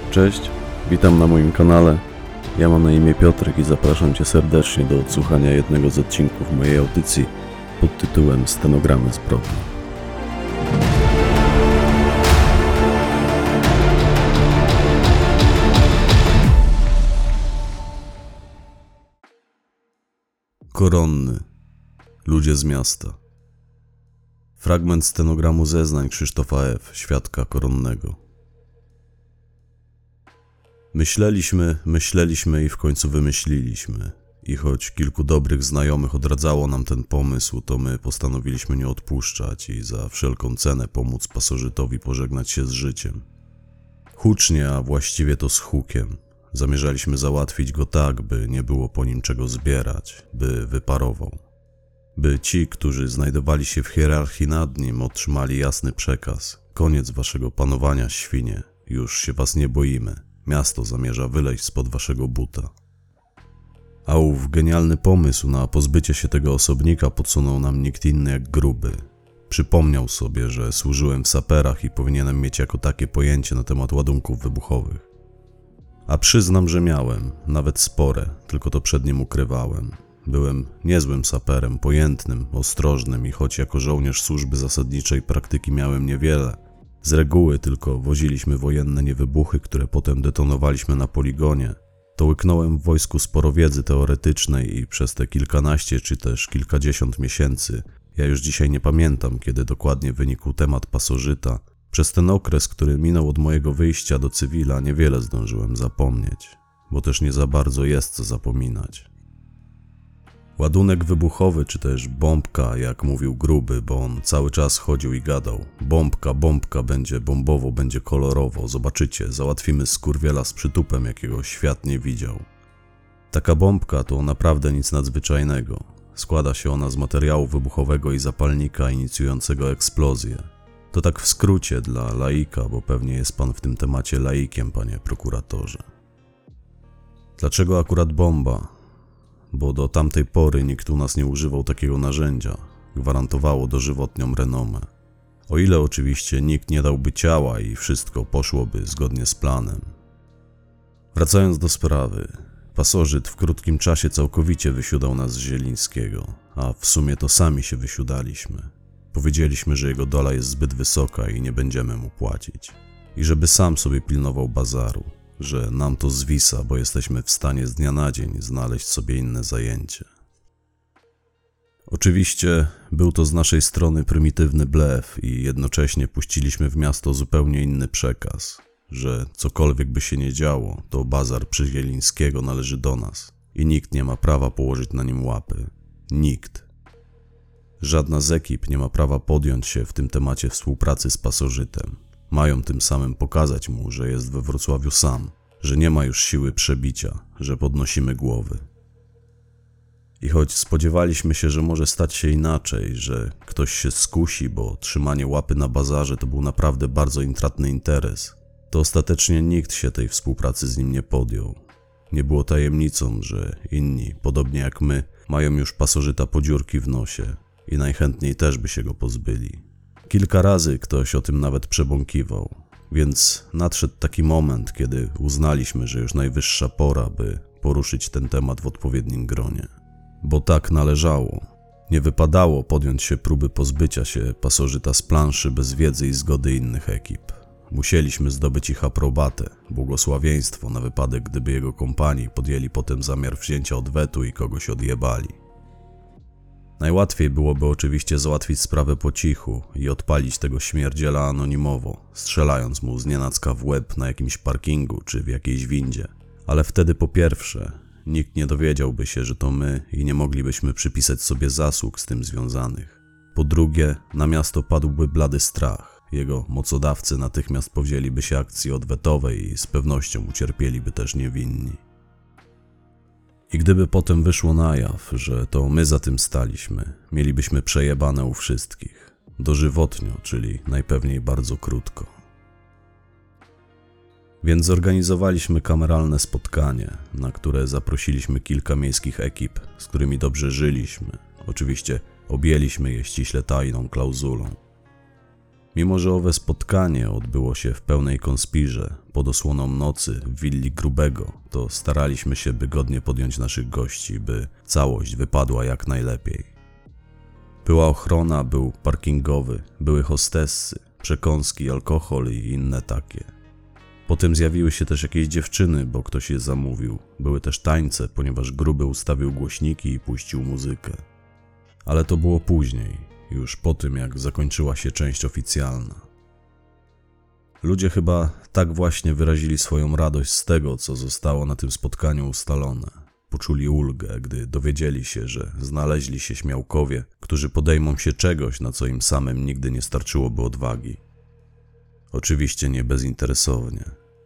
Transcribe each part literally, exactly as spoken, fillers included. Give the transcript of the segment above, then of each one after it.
Cześć, witam na moim kanale. Ja mam na imię Piotrek i zapraszam Cię serdecznie do odsłuchania jednego z odcinków mojej audycji pod tytułem Stenogramy zbrodni. Koronny. Ludzie z miasta. Fragment stenogramu zeznań Krzysztofa F., świadka koronnego. Myśleliśmy, myśleliśmy i w końcu wymyśliliśmy. I choć kilku dobrych znajomych odradzało nam ten pomysł, to my postanowiliśmy nie odpuszczać i za wszelką cenę pomóc pasożytowi pożegnać się z życiem. Hucznie, a właściwie to z hukiem. Zamierzaliśmy załatwić go tak, by nie było po nim czego zbierać, by wyparował. By ci, którzy znajdowali się w hierarchii nad nim, otrzymali jasny przekaz. Koniec waszego panowania, świnie. Już się was nie boimy. Miasto zamierza wyleźć spod waszego buta. A ów genialny pomysł na pozbycie się tego osobnika podsunął nam nikt inny jak Gruby. Przypomniał sobie, że służyłem w saperach i powinienem mieć jako takie pojęcie na temat ładunków wybuchowych. A przyznam, że miałem, nawet spore, tylko to przed nim ukrywałem. Byłem niezłym saperem, pojętnym, ostrożnym i choć jako żołnierz służby zasadniczej praktyki miałem niewiele, z reguły tylko woziliśmy wojenne niewybuchy, które potem detonowaliśmy na poligonie, to łyknąłem w wojsku sporo wiedzy teoretycznej i przez te kilkanaście czy też kilkadziesiąt miesięcy, ja już dzisiaj nie pamiętam, kiedy dokładnie wynikł temat pasożyta, przez ten okres, który minął od mojego wyjścia do cywila, niewiele zdążyłem zapomnieć, bo też nie za bardzo jest co zapominać. Ładunek wybuchowy, czy też bombka, jak mówił Gruby, bo on cały czas chodził i gadał. Bombka, bombka, będzie bombowo, będzie kolorowo, zobaczycie, załatwimy skurwiela z przytupem, jakiego świat nie widział. Taka bombka to naprawdę nic nadzwyczajnego. Składa się ona z materiału wybuchowego i zapalnika inicjującego eksplozję. To tak w skrócie dla laika, bo pewnie jest pan w tym temacie laikiem, panie prokuratorze. Dlaczego akurat bomba? Bo do tamtej pory nikt u nas nie używał takiego narzędzia. Gwarantowało dożywotnią renomę. O ile oczywiście nikt nie dałby ciała i wszystko poszłoby zgodnie z planem. Wracając do sprawy, pasożyt w krótkim czasie całkowicie wysiudał nas z Zielińskiego, a w sumie to sami się wysiudaliśmy. Powiedzieliśmy, że jego dola jest zbyt wysoka i nie będziemy mu płacić. I żeby sam sobie pilnował bazaru. Że nam to zwisa, bo jesteśmy w stanie z dnia na dzień znaleźć sobie inne zajęcie. Oczywiście był to z naszej strony prymitywny blef i jednocześnie puściliśmy w miasto zupełnie inny przekaz, że cokolwiek by się nie działo, to bazar Przyzielińskiego należy do nas i nikt nie ma prawa położyć na nim łapy. Nikt. Żadna z ekip nie ma prawa podjąć się w tym temacie współpracy z pasożytem. Mają tym samym pokazać mu, że jest we Wrocławiu sam, że nie ma już siły przebicia, że podnosimy głowy. I choć spodziewaliśmy się, że może stać się inaczej, że ktoś się skusi, bo trzymanie łapy na bazarze to był naprawdę bardzo intratny interes, to ostatecznie nikt się tej współpracy z nim nie podjął. Nie było tajemnicą, że inni, podobnie jak my, mają już pasożyta po dziurki w nosie i najchętniej też by się go pozbyli. Kilka razy ktoś o tym nawet przebąkiwał, więc nadszedł taki moment, kiedy uznaliśmy, że już najwyższa pora, by poruszyć ten temat w odpowiednim gronie. Bo tak należało. Nie wypadało podjąć się próby pozbycia się pasożyta z planszy bez wiedzy i zgody innych ekip. Musieliśmy zdobyć ich aprobatę, błogosławieństwo na wypadek, gdyby jego kompanii podjęli potem zamiar wzięcia odwetu i kogoś odjebali. Najłatwiej byłoby oczywiście załatwić sprawę po cichu i odpalić tego śmierdziela anonimowo, strzelając mu znienacka w łeb na jakimś parkingu czy w jakiejś windzie. Ale wtedy po pierwsze, nikt nie dowiedziałby się, że to my i nie moglibyśmy przypisać sobie zasług z tym związanych. Po drugie, na miasto padłby blady strach. Jego mocodawcy natychmiast powzięliby się akcji odwetowej i z pewnością ucierpieliby też niewinni. I gdyby potem wyszło na jaw, że to my za tym staliśmy, mielibyśmy przejebane u wszystkich. Dożywotnio, czyli najpewniej bardzo krótko. Więc zorganizowaliśmy kameralne spotkanie, na które zaprosiliśmy kilka miejskich ekip, z którymi dobrze żyliśmy. Oczywiście objęliśmy je ściśle tajną klauzulą. Mimo że owe spotkanie odbyło się w pełnej konspirze, pod osłoną nocy w willi Grubego, to staraliśmy się, by godnie podjąć naszych gości, by całość wypadła jak najlepiej. Była ochrona, był parkingowy, były hostessy, przekąski, alkohol i inne takie. Potem zjawiły się też jakieś dziewczyny, bo ktoś je zamówił. Były też tańce, ponieważ Gruby ustawił głośniki i puścił muzykę. Ale to było później, już po tym jak zakończyła się część oficjalna. Ludzie chyba tak właśnie wyrazili swoją radość z tego, co zostało na tym spotkaniu ustalone. Poczuli ulgę, gdy dowiedzieli się, że znaleźli się śmiałkowie, którzy podejmą się czegoś, na co im samym nigdy nie starczyłoby odwagi. Oczywiście nie bezinteresownie.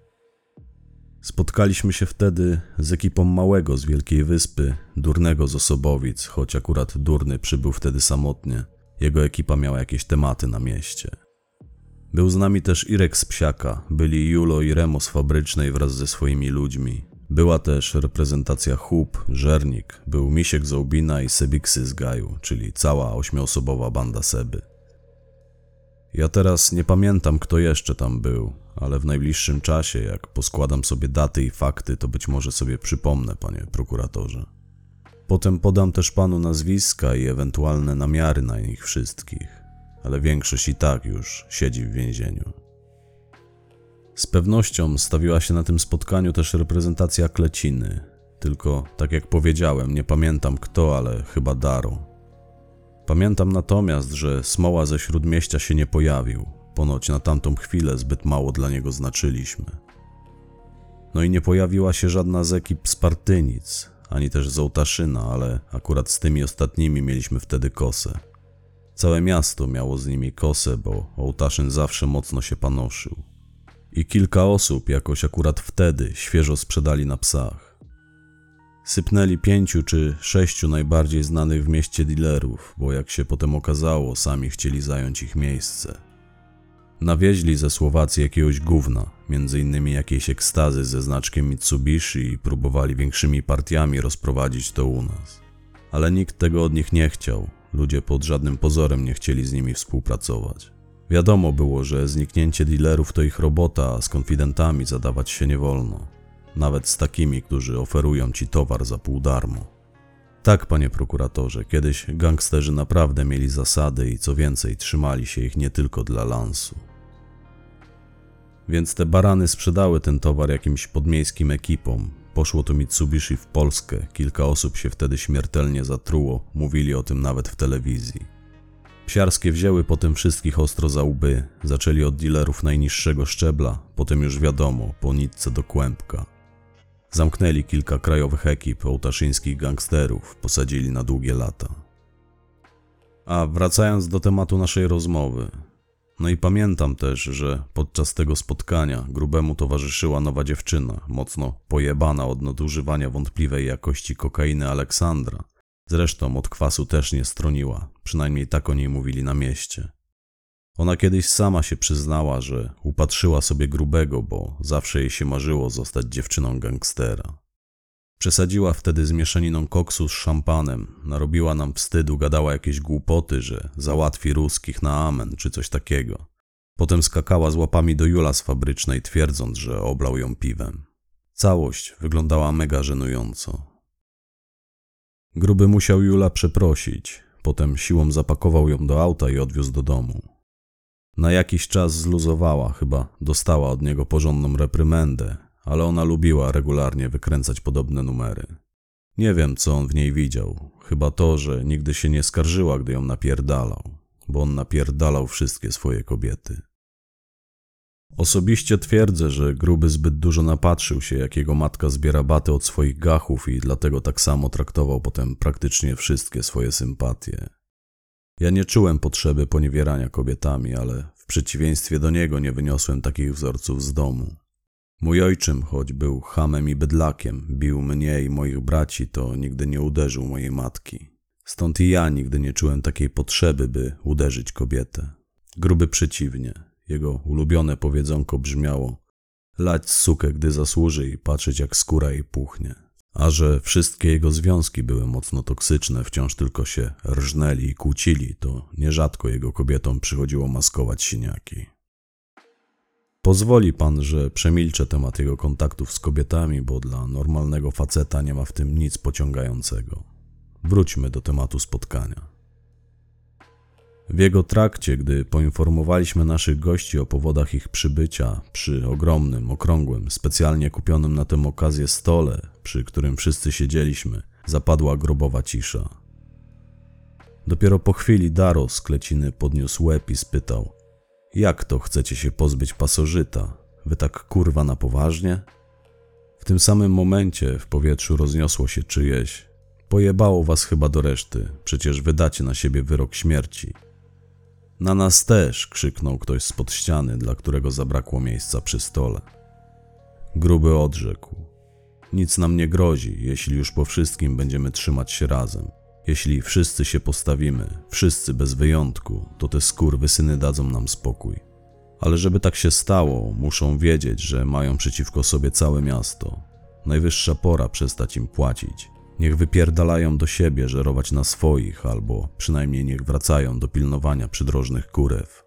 Spotkaliśmy się wtedy z ekipą Małego z Wielkiej Wyspy, Durnego z Osobowic, choć akurat Durny przybył wtedy samotnie. Jego ekipa miała jakieś tematy na mieście. Był z nami też Irek z Psiaka, byli Julo i Remo z Fabrycznej wraz ze swoimi ludźmi. Była też reprezentacja Hub, Żernik, był Misiek z Ołbina i Sebiksy z Gaju, czyli cała ośmioosobowa banda Seby. Ja teraz nie pamiętam, kto jeszcze tam był, ale w najbliższym czasie, jak poskładam sobie daty i fakty, to być może sobie przypomnę, panie prokuratorze. Potem podam też panu nazwiska i ewentualne namiary na nich wszystkich, ale większość i tak już siedzi w więzieniu. Z pewnością stawiła się na tym spotkaniu też reprezentacja Kleciny, tylko, tak jak powiedziałem, nie pamiętam kto, ale chyba Daro. Pamiętam natomiast, że Smoła ze Śródmieścia się nie pojawił, ponoć na tamtą chwilę zbyt mało dla niego znaczyliśmy. No i nie pojawiła się żadna z ekip z Partynic, ani też z Ołtaszyna, ale akurat z tymi ostatnimi mieliśmy wtedy kosę. Całe miasto miało z nimi kosę, bo Ołtaszyn zawsze mocno się panoszył. I kilka osób jakoś akurat wtedy świeżo sprzedali na psach. Sypnęli pięciu czy sześciu najbardziej znanych w mieście dealerów, bo jak się potem okazało, sami chcieli zająć ich miejsce. Nawieźli ze Słowacji jakiegoś gówna, między innymi jakiejś ekstazy ze znaczkiem Mitsubishi i próbowali większymi partiami rozprowadzić to u nas. Ale nikt tego od nich nie chciał, ludzie pod żadnym pozorem nie chcieli z nimi współpracować. Wiadomo było, że zniknięcie dealerów to ich robota, a z konfidentami zadawać się nie wolno. Nawet z takimi, którzy oferują ci towar za pół darmo. Tak, panie prokuratorze, kiedyś gangsterzy naprawdę mieli zasady i co więcej, trzymali się ich nie tylko dla lansu. Więc te barany sprzedały ten towar jakimś podmiejskim ekipom. Poszło to Mitsubishi w Polskę, kilka osób się wtedy śmiertelnie zatruło, mówili o tym nawet w telewizji. Psiarskie wzięły potem wszystkich ostro za łby, zaczęli od dealerów najniższego szczebla, potem już wiadomo, po nitce do kłębka. Zamknęli kilka krajowych ekip ołtaszyńskich gangsterów, posadzili na długie lata. A wracając do tematu naszej rozmowy, no i pamiętam też, że podczas tego spotkania Grubemu towarzyszyła nowa dziewczyna, mocno pojebana od nadużywania wątpliwej jakości kokainy Aleksandra. Zresztą od kwasu też nie stroniła, przynajmniej tak o niej mówili na mieście. Ona kiedyś sama się przyznała, że upatrzyła sobie Grubego, bo zawsze jej się marzyło zostać dziewczyną gangstera. Przesadziła wtedy z mieszaniną koksu z szampanem, narobiła nam wstydu, gadała jakieś głupoty, że załatwi ruskich na amen czy coś takiego. Potem skakała z łapami do Jula z Fabrycznej, twierdząc, że oblał ją piwem. Całość wyglądała mega żenująco. Gruby musiał Jula przeprosić, potem siłą zapakował ją do auta i odwiózł do domu. Na jakiś czas zluzowała, chyba dostała od niego porządną reprymendę, ale ona lubiła regularnie wykręcać podobne numery. Nie wiem, co on w niej widział, chyba to, że nigdy się nie skarżyła, gdy ją napierdalał, bo on napierdalał wszystkie swoje kobiety. Osobiście twierdzę, że Gruby zbyt dużo napatrzył się, jak jego matka zbiera baty od swoich gachów i dlatego tak samo traktował potem praktycznie wszystkie swoje sympatie. Ja nie czułem potrzeby poniewierania kobietami, ale w przeciwieństwie do niego nie wyniosłem takich wzorców z domu. Mój ojczym, choć był chamem i bydlakiem, bił mnie i moich braci, to nigdy nie uderzył mojej matki. Stąd i ja nigdy nie czułem takiej potrzeby, by uderzyć kobietę. Gruby przeciwnie. Jego ulubione powiedzonko brzmiało: lać sukę, gdy zasłuży i patrzeć, jak skóra jej puchnie. A że wszystkie jego związki były mocno toksyczne, wciąż tylko się rżnęli i kłócili, to nierzadko jego kobietom przychodziło maskować siniaki. Pozwoli pan, że przemilczę temat jego kontaktów z kobietami, bo dla normalnego faceta nie ma w tym nic pociągającego. Wróćmy do tematu spotkania. W jego trakcie, gdy poinformowaliśmy naszych gości o powodach ich przybycia, przy ogromnym, okrągłym, specjalnie kupionym na tę okazję stole, przy którym wszyscy siedzieliśmy, zapadła grobowa cisza. Dopiero po chwili Daro z Kleciny podniósł łeb i spytał: jak to chcecie się pozbyć pasożyta? Wy tak kurwa na poważnie? W tym samym momencie w powietrzu rozniosło się czyjeś: pojebało was chyba do reszty, przecież wydacie na siebie wyrok śmierci. Na nas też, krzyknął ktoś spod ściany, dla którego zabrakło miejsca przy stole. Gruby odrzekł: nic nam nie grozi, jeśli już po wszystkim będziemy trzymać się razem. Jeśli wszyscy się postawimy, wszyscy bez wyjątku, to te skurwysyny dadzą nam spokój. Ale żeby tak się stało, muszą wiedzieć, że mają przeciwko sobie całe miasto. Najwyższa pora przestać im płacić. Niech wypierdalają do siebie żerować na swoich, albo przynajmniej niech wracają do pilnowania przydrożnych kurew.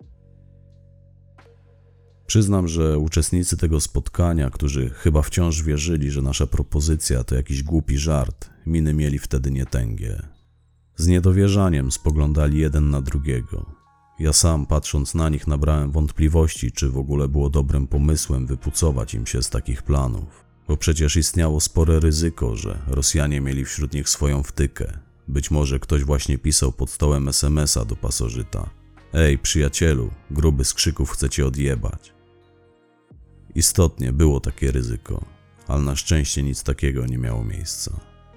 Przyznam, że uczestnicy tego spotkania, którzy chyba wciąż wierzyli, że nasza propozycja to jakiś głupi żart, miny mieli wtedy nietęgie. Z niedowierzaniem spoglądali jeden na drugiego. Ja sam, patrząc na nich, nabrałem wątpliwości, czy w ogóle było dobrym pomysłem wypucować im się z takich planów. Bo przecież istniało spore ryzyko, że Rosjanie mieli wśród nich swoją wtykę. Być może ktoś właśnie pisał pod stołem es em es a do pasożyta: ej, przyjacielu, gruby z krzyków chce cię odjebać. Istotnie było takie ryzyko, ale na szczęście nic takiego nie miało miejsca.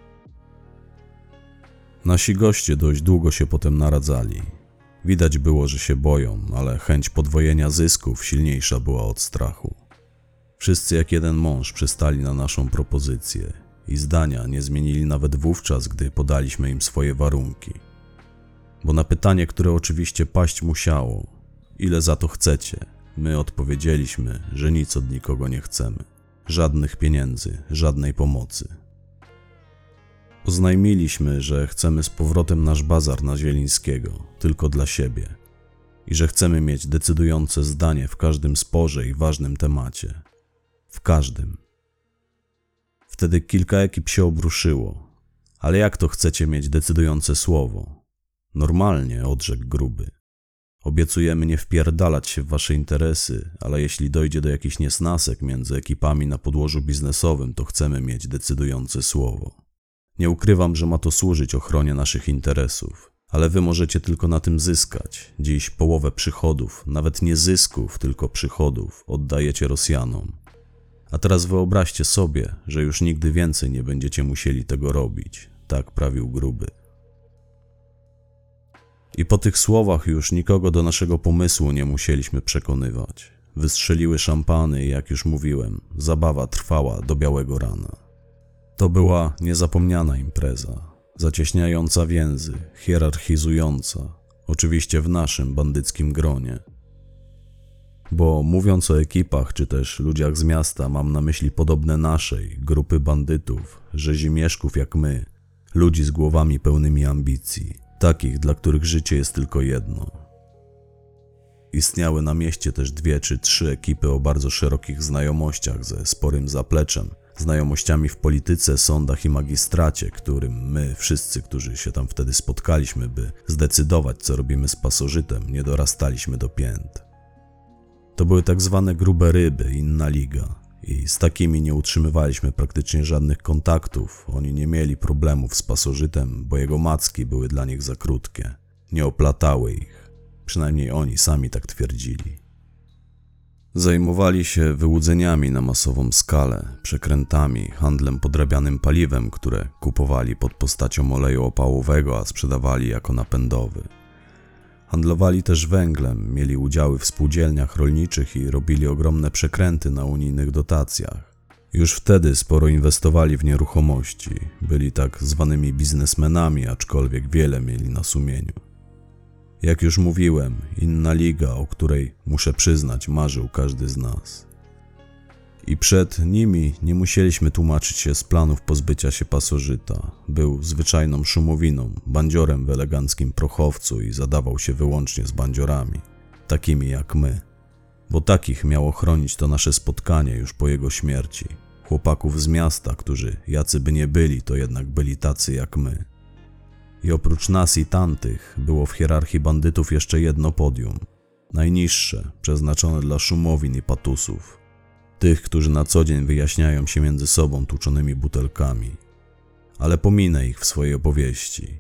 Nasi goście dość długo się potem naradzali. Widać było, że się boją, ale chęć podwojenia zysków silniejsza była od strachu. Wszyscy jak jeden mąż przystali na naszą propozycję i zdania nie zmienili nawet wówczas, gdy podaliśmy im swoje warunki. Bo na pytanie, które oczywiście paść musiało: ile za to chcecie? My odpowiedzieliśmy, że nic od nikogo nie chcemy. Żadnych pieniędzy, żadnej pomocy. Oznajmiliśmy, że chcemy z powrotem nasz bazar na Zielińskiego, tylko dla siebie. I że chcemy mieć decydujące zdanie w każdym sporze i ważnym temacie. W każdym. Wtedy kilka ekip się obruszyło. Ale jak to chcecie mieć decydujące słowo? Normalnie, odrzekł Gruby. Obiecujemy nie wpierdalać się w wasze interesy, ale jeśli dojdzie do jakichś niesnasek między ekipami na podłożu biznesowym, to chcemy mieć decydujące słowo. Nie ukrywam, że ma to służyć ochronie naszych interesów, ale wy możecie tylko na tym zyskać. Dziś połowę przychodów, nawet nie zysków, tylko przychodów, oddajecie Rosjanom. A teraz wyobraźcie sobie, że już nigdy więcej nie będziecie musieli tego robić. Tak prawił Gruby. I po tych słowach już nikogo do naszego pomysłu nie musieliśmy przekonywać. Wystrzeliły szampany i jak już mówiłem, zabawa trwała do białego rana. To była niezapomniana impreza, zacieśniająca więzy, hierarchizująca, oczywiście w naszym bandyckim gronie. Bo mówiąc o ekipach czy też ludziach z miasta, mam na myśli podobne naszej, grupy bandytów, rzezimieszków jak my, ludzi z głowami pełnymi ambicji, takich, dla których życie jest tylko jedno. Istniały na mieście też dwie czy trzy ekipy o bardzo szerokich znajomościach ze sporym zapleczem, znajomościami w polityce, sądach i magistracie, którym my, wszyscy, którzy się tam wtedy spotkaliśmy, by zdecydować, co robimy z pasożytem, nie dorastaliśmy do pięt. To były tak zwane grube ryby, inna liga, i z takimi nie utrzymywaliśmy praktycznie żadnych kontaktów. Oni nie mieli problemów z pasożytem, bo jego macki były dla nich za krótkie, nie oplatały ich, przynajmniej oni sami tak twierdzili. Zajmowali się wyłudzeniami na masową skalę, przekrętami, handlem podrabianym paliwem, które kupowali pod postacią oleju opałowego, a sprzedawali jako napędowy. Handlowali też węglem, mieli udziały w spółdzielniach rolniczych i robili ogromne przekręty na unijnych dotacjach. Już wtedy sporo inwestowali w nieruchomości, byli tak zwanymi biznesmenami, aczkolwiek wiele mieli na sumieniu. Jak już mówiłem, inna liga, o której, muszę przyznać, marzył każdy z nas. I przed nimi nie musieliśmy tłumaczyć się z planów pozbycia się pasożyta. Był zwyczajną szumowiną, bandziorem w eleganckim prochowcu i zadawał się wyłącznie z bandziorami, takimi jak my. Bo takich miało chronić to nasze spotkanie już po jego śmierci. Chłopaków z miasta, którzy jacy by nie byli, to jednak byli tacy jak my. I oprócz nas i tamtych było w hierarchii bandytów jeszcze jedno podium. Najniższe, przeznaczone dla szumowin i patusów. Tych, którzy na co dzień wyjaśniają się między sobą tłuczonymi butelkami. Ale pominę ich w swojej opowieści.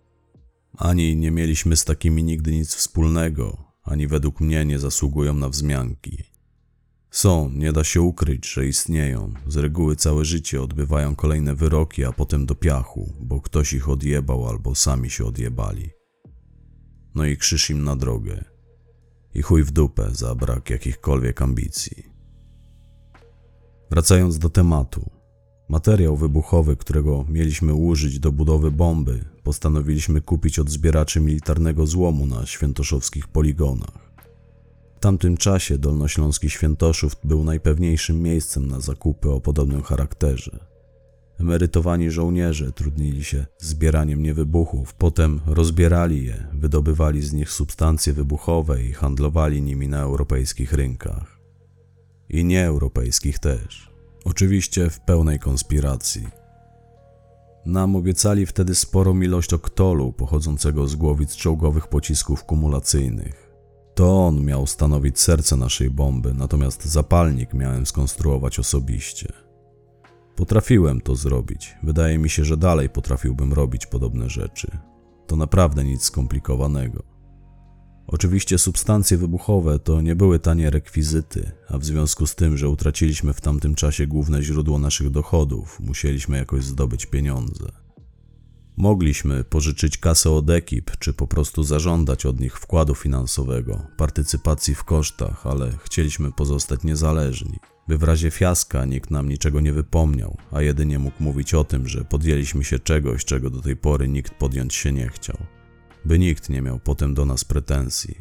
Ani nie mieliśmy z takimi nigdy nic wspólnego, ani według mnie nie zasługują na wzmianki. Są, nie da się ukryć, że istnieją. Z reguły całe życie odbywają kolejne wyroki, a potem do piachu, bo ktoś ich odjebał albo sami się odjebali. No i krzyż im na drogę. I chuj w dupę za brak jakichkolwiek ambicji. Wracając do tematu. Materiał wybuchowy, którego mieliśmy użyć do budowy bomby, postanowiliśmy kupić od zbieraczy militarnego złomu na świętoszowskich poligonach. W tamtym czasie Dolnośląski Świętoszów był najpewniejszym miejscem na zakupy o podobnym charakterze. Emerytowani żołnierze trudnili się zbieraniem niewybuchów, potem rozbierali je, wydobywali z nich substancje wybuchowe i handlowali nimi na europejskich rynkach. I nieeuropejskich też. Oczywiście w pełnej konspiracji. Nam obiecali wtedy sporą ilość oktolu pochodzącego z głowic czołgowych pocisków kumulacyjnych. To on miał stanowić serce naszej bomby, natomiast zapalnik miałem skonstruować osobiście. Potrafiłem to zrobić. Wydaje mi się, że dalej potrafiłbym robić podobne rzeczy. To naprawdę nic skomplikowanego. Oczywiście substancje wybuchowe to nie były tanie rekwizyty, a w związku z tym, że utraciliśmy w tamtym czasie główne źródło naszych dochodów, musieliśmy jakoś zdobyć pieniądze. Mogliśmy pożyczyć kasę od ekip, czy po prostu zażądać od nich wkładu finansowego, partycypacji w kosztach, ale chcieliśmy pozostać niezależni, by w razie fiaska nikt nam niczego nie wypomniał, a jedynie mógł mówić o tym, że podjęliśmy się czegoś, czego do tej pory nikt podjąć się nie chciał. By nikt nie miał potem do nas pretensji.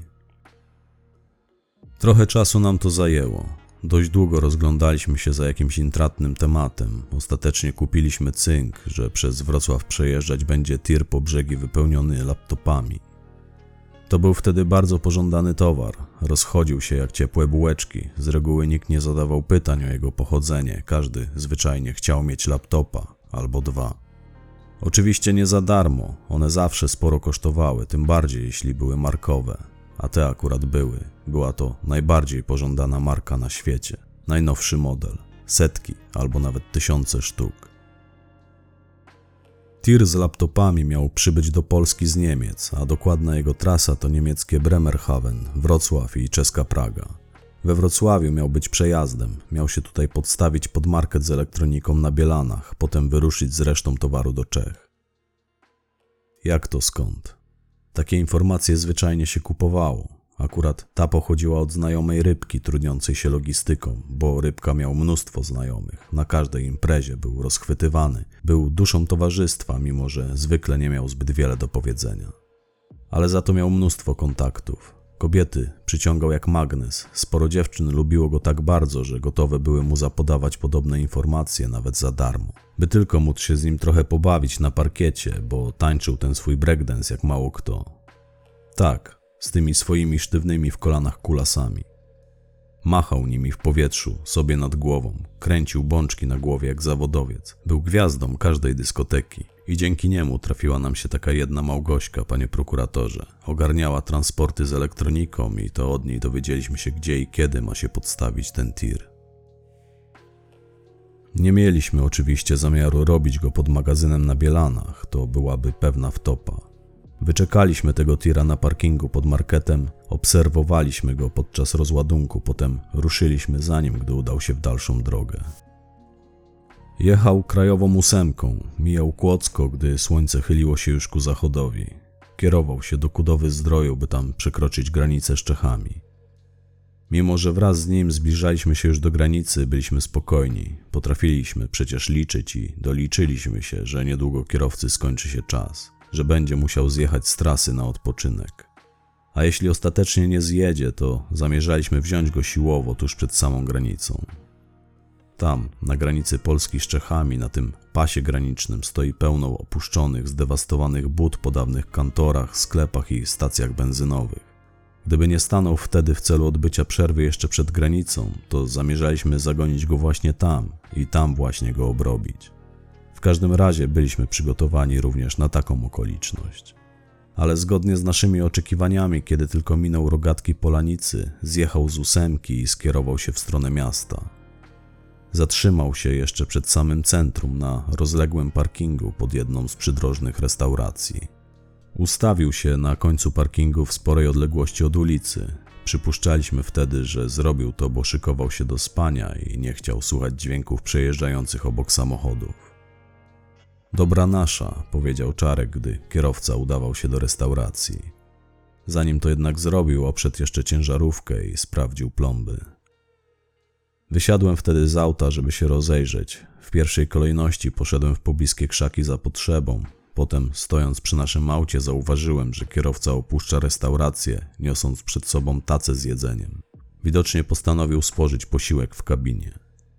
Trochę czasu nam to zajęło. Dość długo rozglądaliśmy się za jakimś intratnym tematem. Ostatecznie kupiliśmy cynk, że przez Wrocław przejeżdżać będzie tir po brzegi wypełniony laptopami. To był wtedy bardzo pożądany towar. Rozchodził się jak ciepłe bułeczki. Z reguły nikt nie zadawał pytań o jego pochodzenie. Każdy zwyczajnie chciał mieć laptopa albo dwa. Oczywiście nie za darmo, one zawsze sporo kosztowały, tym bardziej jeśli były markowe, a te akurat były. Była to najbardziej pożądana marka na świecie, najnowszy model, setki albo nawet tysiące sztuk. Tir z laptopami miał przybyć do Polski z Niemiec, a dokładna jego trasa to niemieckie Bremerhaven, Wrocław i czeska Praga. We Wrocławiu miał być przejazdem, miał się tutaj podstawić pod market z elektroniką na Bielanach, potem wyruszyć z resztą towaru do Czech. Jak to skąd? Takie informacje zwyczajnie się kupowało. Akurat ta pochodziła od znajomej Rybki trudniącej się logistyką, bo Rybka miał mnóstwo znajomych, na każdej imprezie był rozchwytywany, był duszą towarzystwa, mimo że zwykle nie miał zbyt wiele do powiedzenia. Ale za to miał mnóstwo kontaktów. Kobiety przyciągał jak magnes, sporo dziewczyn lubiło go tak bardzo, że gotowe były mu zapodawać podobne informacje nawet za darmo, by tylko móc się z nim trochę pobawić na parkiecie, bo tańczył ten swój breakdance jak mało kto. Tak, z tymi swoimi sztywnymi w kolanach kulasami. Machał nimi w powietrzu, sobie nad głową, kręcił bączki na głowie jak zawodowiec, był gwiazdą każdej dyskoteki. I dzięki niemu trafiła nam się taka jedna Małgośka, panie prokuratorze. Ogarniała transporty z elektroniką i to od niej dowiedzieliśmy się, gdzie i kiedy ma się podstawić ten tir. Nie mieliśmy oczywiście zamiaru robić go pod magazynem na Bielanach, to byłaby pewna wtopa. Wyczekaliśmy tego tira na parkingu pod marketem, obserwowaliśmy go podczas rozładunku, potem ruszyliśmy za nim, gdy udał się w dalszą drogę. Jechał krajową ósemką, mijał Kłodzko, gdy słońce chyliło się już ku zachodowi. Kierował się do Kudowy-Zdroju, by tam przekroczyć granicę z Czechami. Mimo że wraz z nim zbliżaliśmy się już do granicy, byliśmy spokojni. Potrafiliśmy przecież liczyć i doliczyliśmy się, że niedługo kierowcy skończy się czas, że będzie musiał zjechać z trasy na odpoczynek. A jeśli ostatecznie nie zjedzie, to zamierzaliśmy wziąć go siłowo tuż przed samą granicą. Tam, na granicy Polski z Czechami, na tym pasie granicznym stoi pełno opuszczonych, zdewastowanych bud po dawnych kantorach, sklepach i stacjach benzynowych. Gdyby nie stanął wtedy w celu odbycia przerwy jeszcze przed granicą, to zamierzaliśmy zagonić go właśnie tam i tam właśnie go obrobić. W każdym razie byliśmy przygotowani również na taką okoliczność. Ale zgodnie z naszymi oczekiwaniami, kiedy tylko minął rogatki Polanicy, zjechał z ósemki i skierował się w stronę miasta. Zatrzymał się jeszcze przed samym centrum na rozległym parkingu pod jedną z przydrożnych restauracji. Ustawił się na końcu parkingu w sporej odległości od ulicy. Przypuszczaliśmy wtedy, że zrobił to, bo szykował się do spania i nie chciał słuchać dźwięków przejeżdżających obok samochodów. Dobra nasza, powiedział Czarek, gdy kierowca udawał się do restauracji. Zanim to jednak zrobił, obszedł jeszcze ciężarówkę i sprawdził plomby. Wysiadłem wtedy z auta, żeby się rozejrzeć. W pierwszej kolejności poszedłem w pobliskie krzaki za potrzebą. Potem, stojąc przy naszym aucie, zauważyłem, że kierowca opuszcza restaurację, niosąc przed sobą tacę z jedzeniem. Widocznie postanowił spożyć posiłek w kabinie.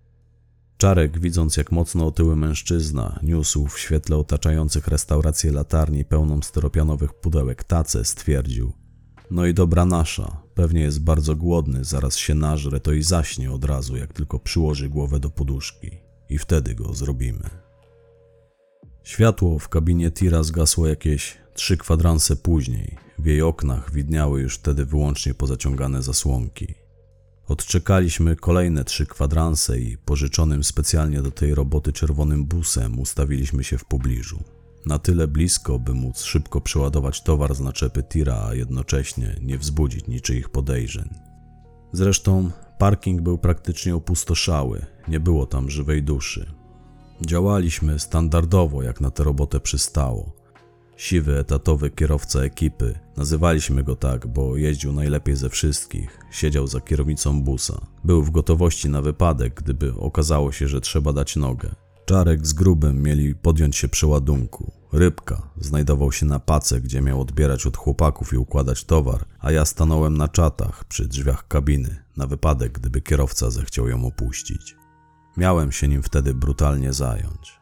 Czarek, widząc jak mocno otyły mężczyzna niósł w świetle otaczających restaurację latarni pełną styropianowych pudełek tacę, stwierdził: no i dobra nasza, pewnie jest bardzo głodny, zaraz się nażre, to i zaśnie od razu, jak tylko przyłoży głowę do poduszki. I wtedy go zrobimy. Światło w kabinie tira zgasło jakieś trzy kwadranse później. W jej oknach widniały już wtedy wyłącznie pozaciągane zasłonki. Odczekaliśmy kolejne trzy kwadranse i pożyczonym specjalnie do tej roboty czerwonym busem ustawiliśmy się w pobliżu. Na tyle blisko, by móc szybko przeładować towar z naczepy tira, a jednocześnie nie wzbudzić niczyich podejrzeń. Zresztą parking był praktycznie opustoszały, nie było tam żywej duszy. Działaliśmy standardowo, jak na tę robotę przystało. Siwy, etatowy kierowca ekipy, nazywaliśmy go tak, bo jeździł najlepiej ze wszystkich, siedział za kierownicą busa. Był w gotowości na wypadek, gdyby okazało się, że trzeba dać nogę. Czarek z Grubym mieli podjąć się przeładunku. Rybka znajdował się na pace, gdzie miał odbierać od chłopaków i układać towar, a ja stanąłem na czatach przy drzwiach kabiny, na wypadek, gdyby kierowca zechciał ją opuścić. Miałem się nim wtedy brutalnie zająć.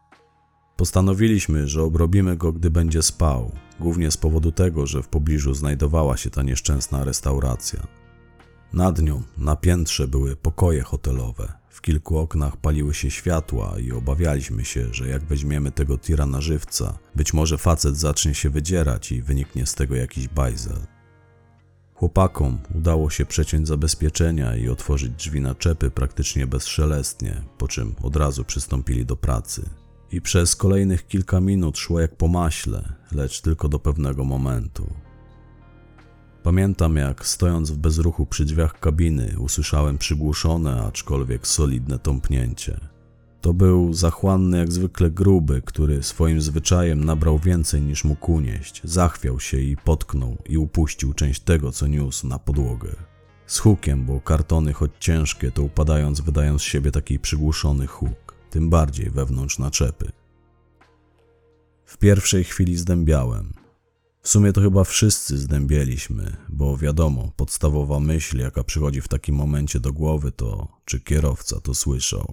Postanowiliśmy, że obrobimy go, gdy będzie spał, głównie z powodu tego, że w pobliżu znajdowała się ta nieszczęsna restauracja. Nad nią, na piętrze, były pokoje hotelowe. W kilku oknach paliły się światła i obawialiśmy się, że jak weźmiemy tego tira na żywca, być może facet zacznie się wydzierać i wyniknie z tego jakiś bajzel. Chłopakom udało się przeciąć zabezpieczenia i otworzyć drzwi naczepy praktycznie bezszelestnie, po czym od razu przystąpili do pracy. I przez kolejnych kilka minut szło jak po maśle, lecz tylko do pewnego momentu. Pamiętam, jak stojąc w bezruchu przy drzwiach kabiny usłyszałem przygłuszone, aczkolwiek solidne tąpnięcie. To był zachłanny jak zwykle Gruby, który swoim zwyczajem nabrał więcej niż mógł unieść, zachwiał się i potknął i upuścił część tego, co niósł, na podłogę. Z hukiem, bo kartony, choć ciężkie, to upadając wydają z siebie taki przygłuszony huk, tym bardziej wewnątrz naczepy. W pierwszej chwili zdębiałem. W sumie to chyba wszyscy zdębieliśmy, bo wiadomo, podstawowa myśl, jaka przychodzi w takim momencie do głowy, to czy kierowca to słyszał.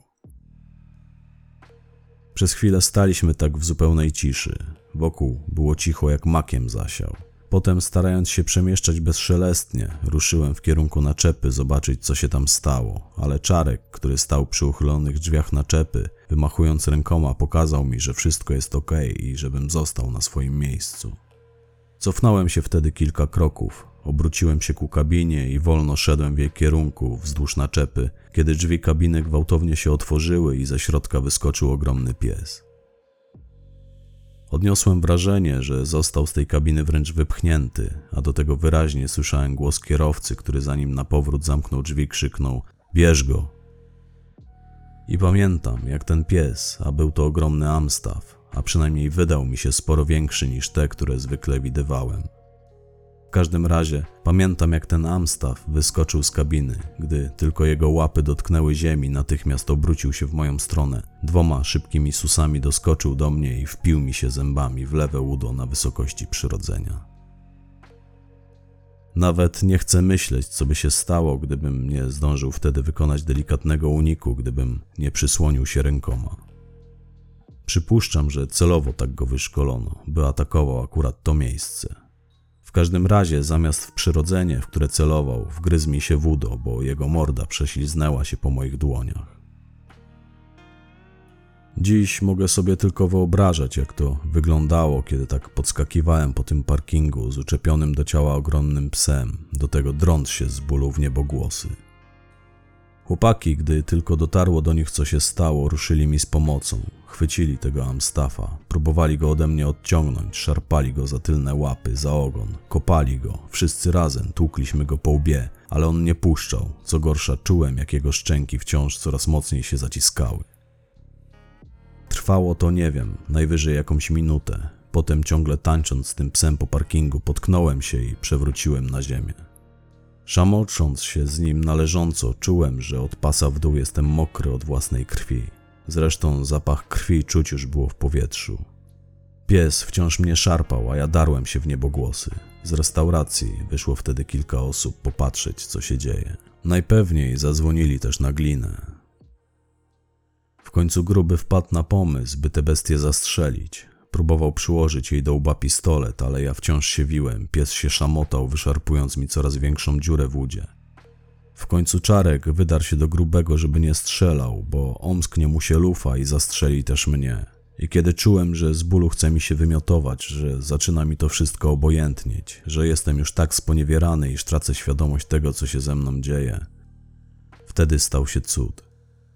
Przez chwilę staliśmy tak w zupełnej ciszy. Wokół było cicho jak makiem zasiał. Potem, starając się przemieszczać bezszelestnie, ruszyłem w kierunku naczepy zobaczyć, co się tam stało, ale Czarek, który stał przy uchylonych drzwiach naczepy, wymachując rękoma, pokazał mi, że wszystko jest okej i żebym został na swoim miejscu. Cofnąłem się wtedy kilka kroków, obróciłem się ku kabinie i wolno szedłem w jej kierunku wzdłuż naczepy, kiedy drzwi kabiny gwałtownie się otworzyły i ze środka wyskoczył ogromny pies. Odniosłem wrażenie, że został z tej kabiny wręcz wypchnięty, a do tego wyraźnie słyszałem głos kierowcy, który zanim na powrót zamknął drzwi, krzyknął: bierz go! I pamiętam, jak ten pies, a był to ogromny Amstaff, a przynajmniej wydał mi się sporo większy niż te, które zwykle widywałem. W każdym razie pamiętam, jak ten Amstaff wyskoczył z kabiny. Gdy tylko jego łapy dotknęły ziemi, natychmiast obrócił się w moją stronę. Dwoma szybkimi susami doskoczył do mnie i wpił mi się zębami w lewe udo na wysokości przyrodzenia. Nawet nie chcę myśleć, co by się stało, gdybym nie zdążył wtedy wykonać delikatnego uniku, gdybym nie przysłonił się rękoma. Przypuszczam, że celowo tak go wyszkolono, by atakował akurat to miejsce. W każdym razie, zamiast w przyrodzenie, w które celował, wgryzł mi się w udo, bo jego morda prześliznęła się po moich dłoniach. Dziś mogę sobie tylko wyobrażać, jak to wyglądało, kiedy tak podskakiwałem po tym parkingu z uczepionym do ciała ogromnym psem, do tego drąc się z bólu w niebogłosy. Chłopaki, gdy tylko dotarło do nich, co się stało, ruszyli mi z pomocą. Chwycili tego Amstafa, próbowali go ode mnie odciągnąć, szarpali go za tylne łapy, za ogon, kopali go, wszyscy razem tłukliśmy go po łbie, ale on nie puszczał, co gorsza czułem, jak jego szczęki wciąż coraz mocniej się zaciskały. Trwało to, nie wiem, najwyżej jakąś minutę. Potem ciągle tańcząc z tym psem po parkingu potknąłem się i przewróciłem na ziemię. Szamocząc się z nim należąco, czułem, że od pasa w dół jestem mokry od własnej krwi. Zresztą zapach krwi czuć już było w powietrzu. Pies wciąż mnie szarpał, a ja darłem się w niebogłosy. Z restauracji wyszło wtedy kilka osób popatrzeć, co się dzieje. Najpewniej zadzwonili też na Glinę. W końcu Gruby wpadł na pomysł, by tę bestię zastrzelić. Próbował przyłożyć jej do łba pistolet, ale ja wciąż się wiłem. Pies się szamotał, wyszarpując mi coraz większą dziurę w udzie. W końcu Czarek wydarł się do Grubego, żeby nie strzelał, bo omsknie mu się lufa i zastrzeli też mnie. I kiedy czułem, że z bólu chce mi się wymiotować, że zaczyna mi to wszystko obojętnieć, że jestem już tak sponiewierany, iż tracę świadomość tego, co się ze mną dzieje, wtedy stał się cud.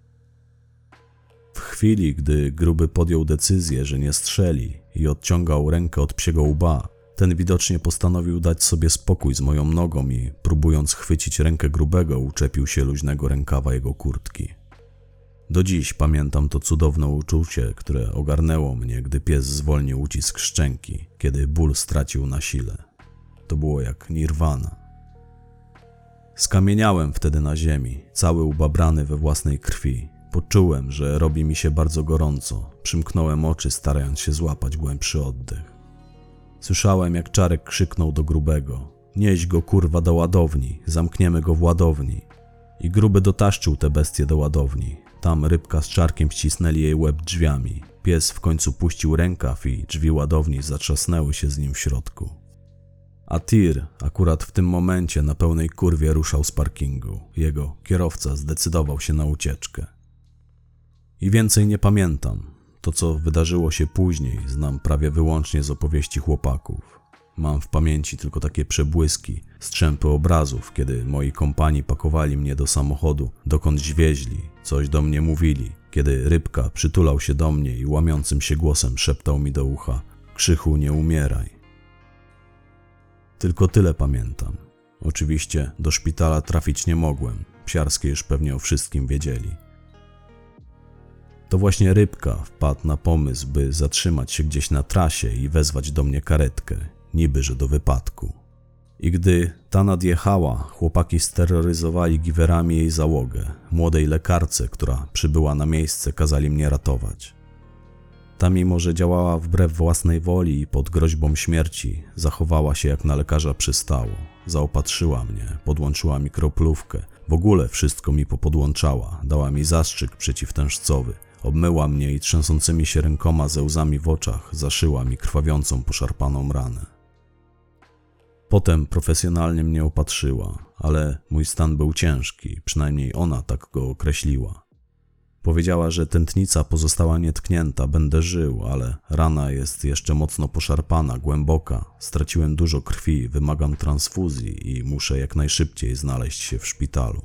W chwili, gdy Gruby podjął decyzję, że nie strzeli i odciągał rękę od psiego łba, ten widocznie postanowił dać sobie spokój z moją nogą i, próbując chwycić rękę Grubego, uczepił się luźnego rękawa jego kurtki. Do dziś pamiętam to cudowne uczucie, które ogarnęło mnie, gdy pies zwolnił ucisk szczęki, kiedy ból stracił na sile. To było jak nirwana. Skamieniałem wtedy na ziemi, cały ubabrany we własnej krwi. Poczułem, że robi mi się bardzo gorąco. Przymknąłem oczy, starając się złapać głębszy oddech. Słyszałem, jak Czarek krzyknął do Grubego: „Nieś go, kurwa, do ładowni, zamkniemy go w ładowni”. I Gruby dotaszczył tę bestię do ładowni. Tam Rybka z Czarkiem ścisnęli jej łeb drzwiami. Pies w końcu puścił rękaw i drzwi ładowni zatrzasnęły się z nim w środku. A Tir akurat w tym momencie na pełnej kurwie ruszał z parkingu. Jego kierowca zdecydował się na ucieczkę. I więcej nie pamiętam. To, co wydarzyło się później, znam prawie wyłącznie z opowieści chłopaków. Mam w pamięci tylko takie przebłyski, strzępy obrazów, kiedy moi kompani pakowali mnie do samochodu, dokądś wieźli, coś do mnie mówili, kiedy Rybka przytulał się do mnie i łamiącym się głosem szeptał mi do ucha: „Krzychu, nie umieraj”. Tylko tyle pamiętam. Oczywiście do szpitala trafić nie mogłem, Psiarskie już pewnie o wszystkim wiedzieli. To właśnie Rybka wpadł na pomysł, by zatrzymać się gdzieś na trasie i wezwać do mnie karetkę, niby że do wypadku. I gdy ta nadjechała, chłopaki steroryzowali giwerami jej załogę. Młodej lekarce, która przybyła na miejsce, kazali mnie ratować. Ta, mimo że działała wbrew własnej woli i pod groźbą śmierci, zachowała się jak na lekarza przystało. Zaopatrzyła mnie, podłączyła mi kroplówkę, w ogóle wszystko mi popodłączała, dała mi zastrzyk przeciwtężcowy, obmyła mnie i trzęsącymi się rękoma ze łzami w oczach zaszyła mi krwawiącą, poszarpaną ranę. Potem profesjonalnie mnie opatrzyła, ale mój stan był ciężki, przynajmniej ona tak go określiła. Powiedziała, że tętnica pozostała nietknięta, będę żył, ale rana jest jeszcze mocno poszarpana, głęboka, straciłem dużo krwi, wymagam transfuzji i muszę jak najszybciej znaleźć się w szpitalu.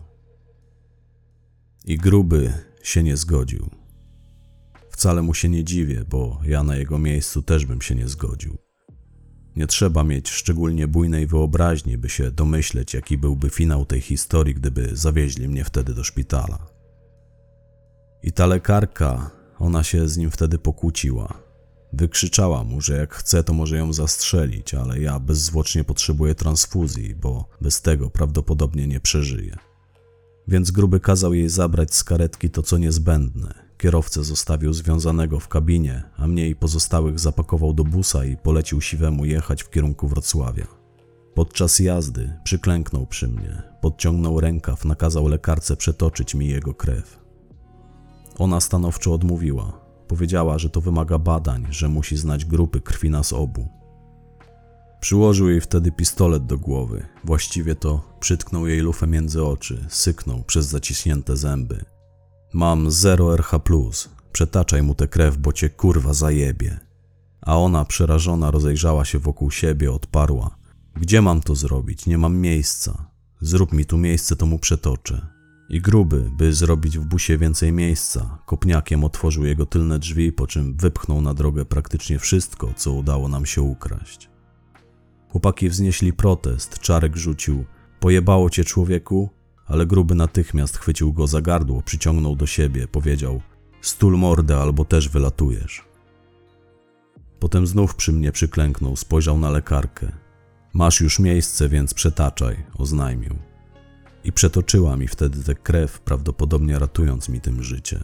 I Gruby się nie zgodził. Wcale mu się nie dziwię, bo ja na jego miejscu też bym się nie zgodził. Nie trzeba mieć szczególnie bujnej wyobraźni, by się domyśleć, jaki byłby finał tej historii, gdyby zawieźli mnie wtedy do szpitala. I ta lekarka, ona się z nim wtedy pokłóciła. Wykrzyczała mu, że jak chce, to może ją zastrzelić, ale ja bezzwłocznie potrzebuję transfuzji, bo bez tego prawdopodobnie nie przeżyję. Więc Gruby kazał jej zabrać z karetki to, co niezbędne. Kierowcę zostawił związanego w kabinie, a mnie i pozostałych zapakował do busa i polecił Siwemu jechać w kierunku Wrocławia. Podczas jazdy przyklęknął przy mnie, podciągnął rękaw, nakazał lekarce przetoczyć mi jego krew. Ona stanowczo odmówiła. Powiedziała, że to wymaga badań, że musi znać grupy krwi nas obu. Przyłożył jej wtedy pistolet do głowy. Właściwie to przytknął jej lufę między oczy, syknął przez zaciśnięte zęby. Mam zero R H plus, przetaczaj mu tę krew, bo cię kurwa zajebie. A ona przerażona rozejrzała się wokół siebie, odparła. Gdzie mam to zrobić? Nie mam miejsca. Zrób mi tu miejsce, to mu przetoczę. I gruby, by zrobić w busie więcej miejsca, kopniakiem otworzył jego tylne drzwi, po czym wypchnął na drogę praktycznie wszystko, co udało nam się ukraść. Chłopaki wznieśli protest, Czarek rzucił: pojebało cię, człowieku? Ale gruby natychmiast chwycił go za gardło, przyciągnął do siebie, powiedział: stul mordę, albo też wylatujesz. Potem znów przy mnie przyklęknął, spojrzał na lekarkę. Masz już miejsce, więc przetaczaj, oznajmił. I przetoczyła mi wtedy tę krew, prawdopodobnie ratując mi tym życie.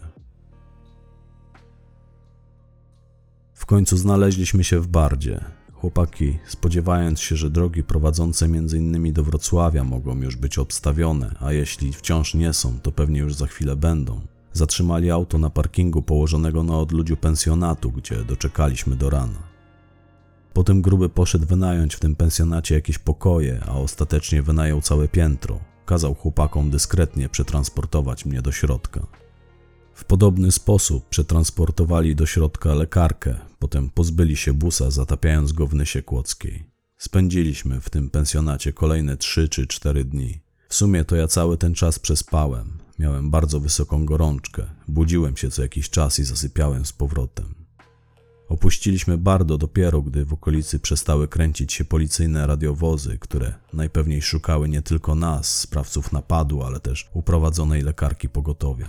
W końcu znaleźliśmy się w Bardzie. Chłopaki, spodziewając się, że drogi prowadzące między innymi do Wrocławia mogą już być obstawione, a jeśli wciąż nie są, to pewnie już za chwilę będą, zatrzymali auto na parkingu położonego na odludziu pensjonatu, gdzie doczekaliśmy do rana. Potem gruby poszedł wynająć w tym pensjonacie jakieś pokoje, a ostatecznie wynajął całe piętro. Kazał chłopakom dyskretnie przetransportować mnie do środka. W podobny sposób przetransportowali do środka lekarkę, potem pozbyli się busa, zatapiając go w Nysie Kłodzkiej. Spędziliśmy w tym pensjonacie kolejne trzy czy cztery dni. W sumie to ja cały ten czas przespałem. Miałem bardzo wysoką gorączkę, budziłem się co jakiś czas i zasypiałem z powrotem. Opuściliśmy Bardo dopiero, gdy w okolicy przestały kręcić się policyjne radiowozy, które najpewniej szukały nie tylko nas, sprawców napadu, ale też uprowadzonej lekarki pogotowia.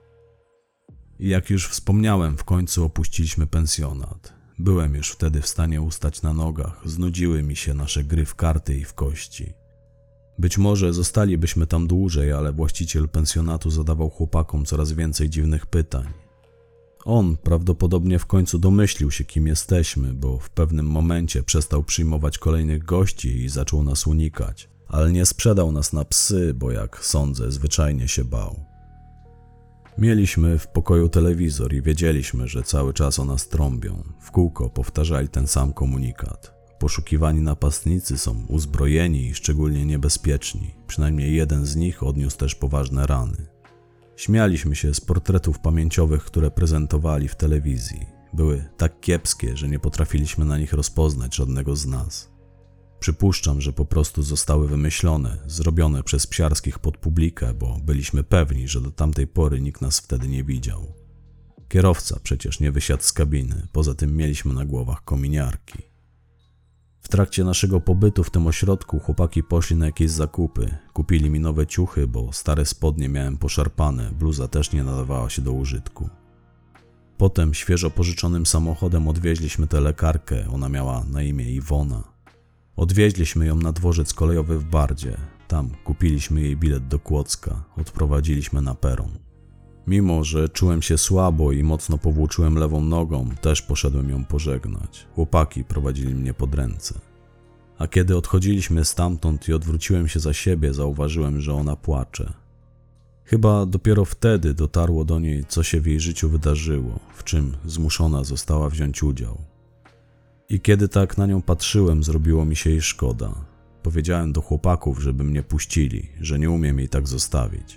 I jak już wspomniałem, w końcu opuściliśmy pensjonat. Byłem już wtedy w stanie ustać na nogach, znudziły mi się nasze gry w karty i w kości. Być może zostalibyśmy tam dłużej, ale właściciel pensjonatu zadawał chłopakom coraz więcej dziwnych pytań. On prawdopodobnie w końcu domyślił się, kim jesteśmy, bo w pewnym momencie przestał przyjmować kolejnych gości i zaczął nas unikać, ale nie sprzedał nas na psy, bo jak sądzę, zwyczajnie się bał. Mieliśmy w pokoju telewizor i wiedzieliśmy, że cały czas o nas trąbią. W kółko powtarzali ten sam komunikat. Poszukiwani napastnicy są uzbrojeni i szczególnie niebezpieczni. Przynajmniej jeden z nich odniósł też poważne rany. Śmialiśmy się z portretów pamięciowych, które prezentowali w telewizji. Były tak kiepskie, że nie potrafiliśmy na nich rozpoznać żadnego z nas. Przypuszczam, że po prostu zostały wymyślone, zrobione przez psiarskich pod publikę, bo byliśmy pewni, że do tamtej pory nikt nas wtedy nie widział. Kierowca przecież nie wysiadł z kabiny, poza tym mieliśmy na głowach kominiarki. W trakcie naszego pobytu w tym ośrodku chłopaki poszli na jakieś zakupy. Kupili mi nowe ciuchy, bo stare spodnie miałem poszarpane, bluza też nie nadawała się do użytku. Potem świeżo pożyczonym samochodem odwieźliśmy tę lekarkę, ona miała na imię Iwona. Odwieźliśmy ją na dworzec kolejowy w Bardzie. Tam kupiliśmy jej bilet do Kłodzka, odprowadziliśmy na peron. Mimo że czułem się słabo i mocno powłóczyłem lewą nogą, też poszedłem ją pożegnać. Chłopaki prowadzili mnie pod ręce. A kiedy odchodziliśmy stamtąd i odwróciłem się za siebie, zauważyłem, że ona płacze. Chyba dopiero wtedy dotarło do niej, co się w jej życiu wydarzyło, w czym zmuszona została wziąć udział. I kiedy tak na nią patrzyłem, zrobiło mi się jej szkoda. Powiedziałem do chłopaków, żeby mnie puścili, że nie umiem jej tak zostawić.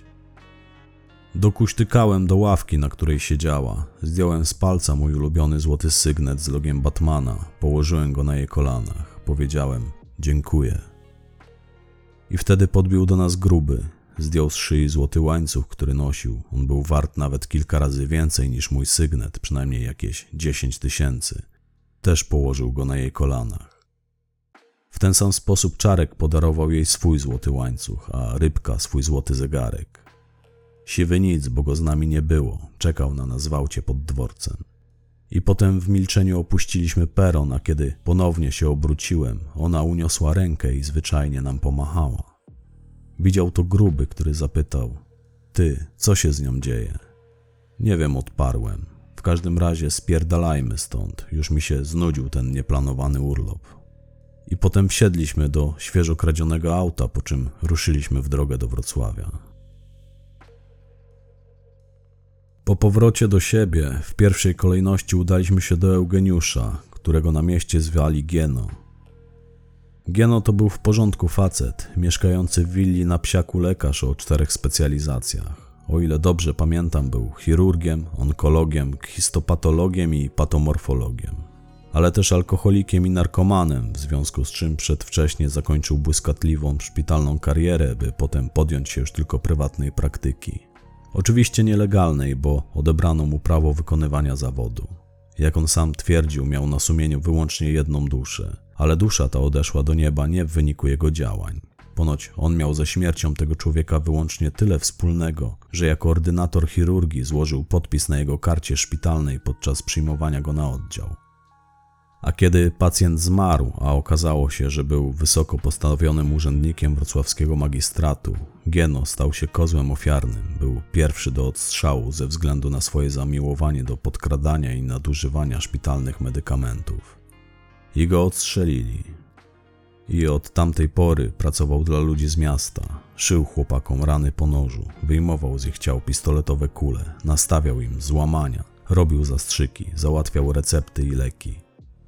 Dokuśtykałem do ławki, na której siedziała. Zdjąłem z palca mój ulubiony złoty sygnet z logiem Batmana. Położyłem go na jej kolanach. Powiedziałem: dziękuję. I wtedy podbił do nas gruby. Zdjął z szyi złoty łańcuch, który nosił. On był wart nawet kilka razy więcej niż mój sygnet, przynajmniej jakieś dziesięć tysięcy. Też położył go na jej kolanach. W ten sam sposób Czarek podarował jej swój złoty łańcuch, a Rybka swój złoty zegarek. Siwy nic, bo go z nami nie było, czekał na nas w aucie pod dworcem. I potem w milczeniu opuściliśmy peron, a kiedy ponownie się obróciłem, ona uniosła rękę i zwyczajnie nam pomachała. Widział to gruby, który zapytał: ty, co się z nią dzieje? Nie wiem, odparłem. W każdym razie spierdalajmy stąd, już mi się znudził ten nieplanowany urlop. I potem wsiedliśmy do świeżo kradzionego auta, po czym ruszyliśmy w drogę do Wrocławia. Po powrocie do siebie w pierwszej kolejności udaliśmy się do Eugeniusza, którego na mieście zwali Gieno. Gieno to był w porządku facet, mieszkający w willi na Psiaku lekarz o czterech specjalizacjach. O ile dobrze pamiętam, był chirurgiem, onkologiem, histopatologiem i patomorfologiem. Ale też alkoholikiem i narkomanem, w związku z czym przedwcześnie zakończył błyskotliwą szpitalną karierę, by potem podjąć się już tylko prywatnej praktyki. Oczywiście nielegalnej, bo odebrano mu prawo wykonywania zawodu. Jak on sam twierdził, miał na sumieniu wyłącznie jedną duszę, ale dusza ta odeszła do nieba nie w wyniku jego działań. Ponoć on miał ze śmiercią tego człowieka wyłącznie tyle wspólnego, że jako ordynator chirurgii złożył podpis na jego karcie szpitalnej podczas przyjmowania go na oddział. A kiedy pacjent zmarł, a okazało się, że był wysoko postawionym urzędnikiem wrocławskiego magistratu, Gieno stał się kozłem ofiarnym, był pierwszy do odstrzału ze względu na swoje zamiłowanie do podkradania i nadużywania szpitalnych medykamentów. I go odstrzelili. I od tamtej pory pracował dla ludzi z miasta, szył chłopakom rany po nożu, wyjmował z ich ciał pistoletowe kule, nastawiał im złamania, robił zastrzyki, załatwiał recepty i leki.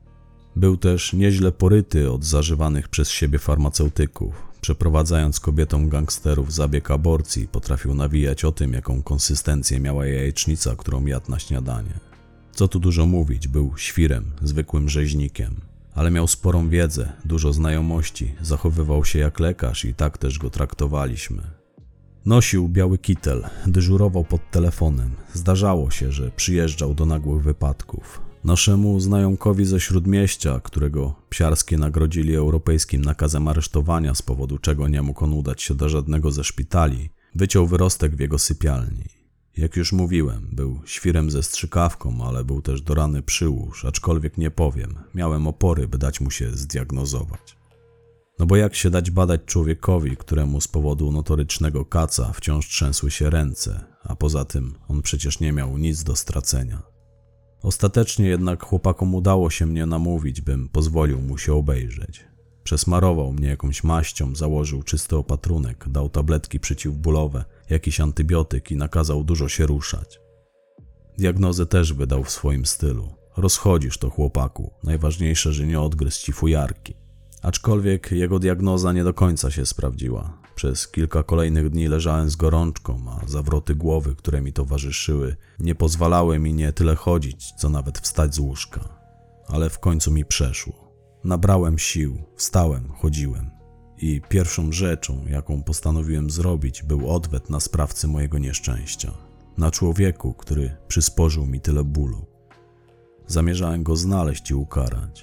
Był też nieźle poryty od zażywanych przez siebie farmaceutyków. Przeprowadzając kobietom gangsterów zabieg aborcji, potrafił nawijać o tym, jaką konsystencję miała jajecznica, którą jadł na śniadanie. Co tu dużo mówić, był świrem, zwykłym rzeźnikiem, ale miał sporą wiedzę, dużo znajomości, zachowywał się jak lekarz i tak też go traktowaliśmy. Nosił biały kitel, dyżurował pod telefonem. Zdarzało się, że przyjeżdżał do nagłych wypadków. Naszemu znajomkowi ze Śródmieścia, którego Psiarskie nagrodzili europejskim nakazem aresztowania, z powodu czego nie mógł on udać się do żadnego ze szpitali, wyciął wyrostek w jego sypialni. Jak już mówiłem, był świrem ze strzykawką, ale był też do rany przyłóż, aczkolwiek nie powiem, miałem opory, by dać mu się zdiagnozować. No bo jak się dać badać człowiekowi, któremu z powodu notorycznego kaca wciąż trzęsły się ręce, a poza tym on przecież nie miał nic do stracenia. Ostatecznie jednak chłopakom udało się mnie namówić, bym pozwolił mu się obejrzeć. Przesmarował mnie jakąś maścią, założył czysty opatrunek, dał tabletki przeciwbólowe, jakiś antybiotyk i nakazał dużo się ruszać. Diagnozę też wydał w swoim stylu. Rozchodzisz to, chłopaku, najważniejsze, że nie odgryzł ci fujarki. Aczkolwiek jego diagnoza nie do końca się sprawdziła. Przez kilka kolejnych dni leżałem z gorączką, a zawroty głowy, które mi towarzyszyły, nie pozwalały mi nie tyle chodzić, co nawet wstać z łóżka. Ale w końcu mi przeszło. Nabrałem sił, wstałem, chodziłem. I pierwszą rzeczą, jaką postanowiłem zrobić, był odwet na sprawcy mojego nieszczęścia. Na człowieku, który przysporzył mi tyle bólu. Zamierzałem go znaleźć i ukarać.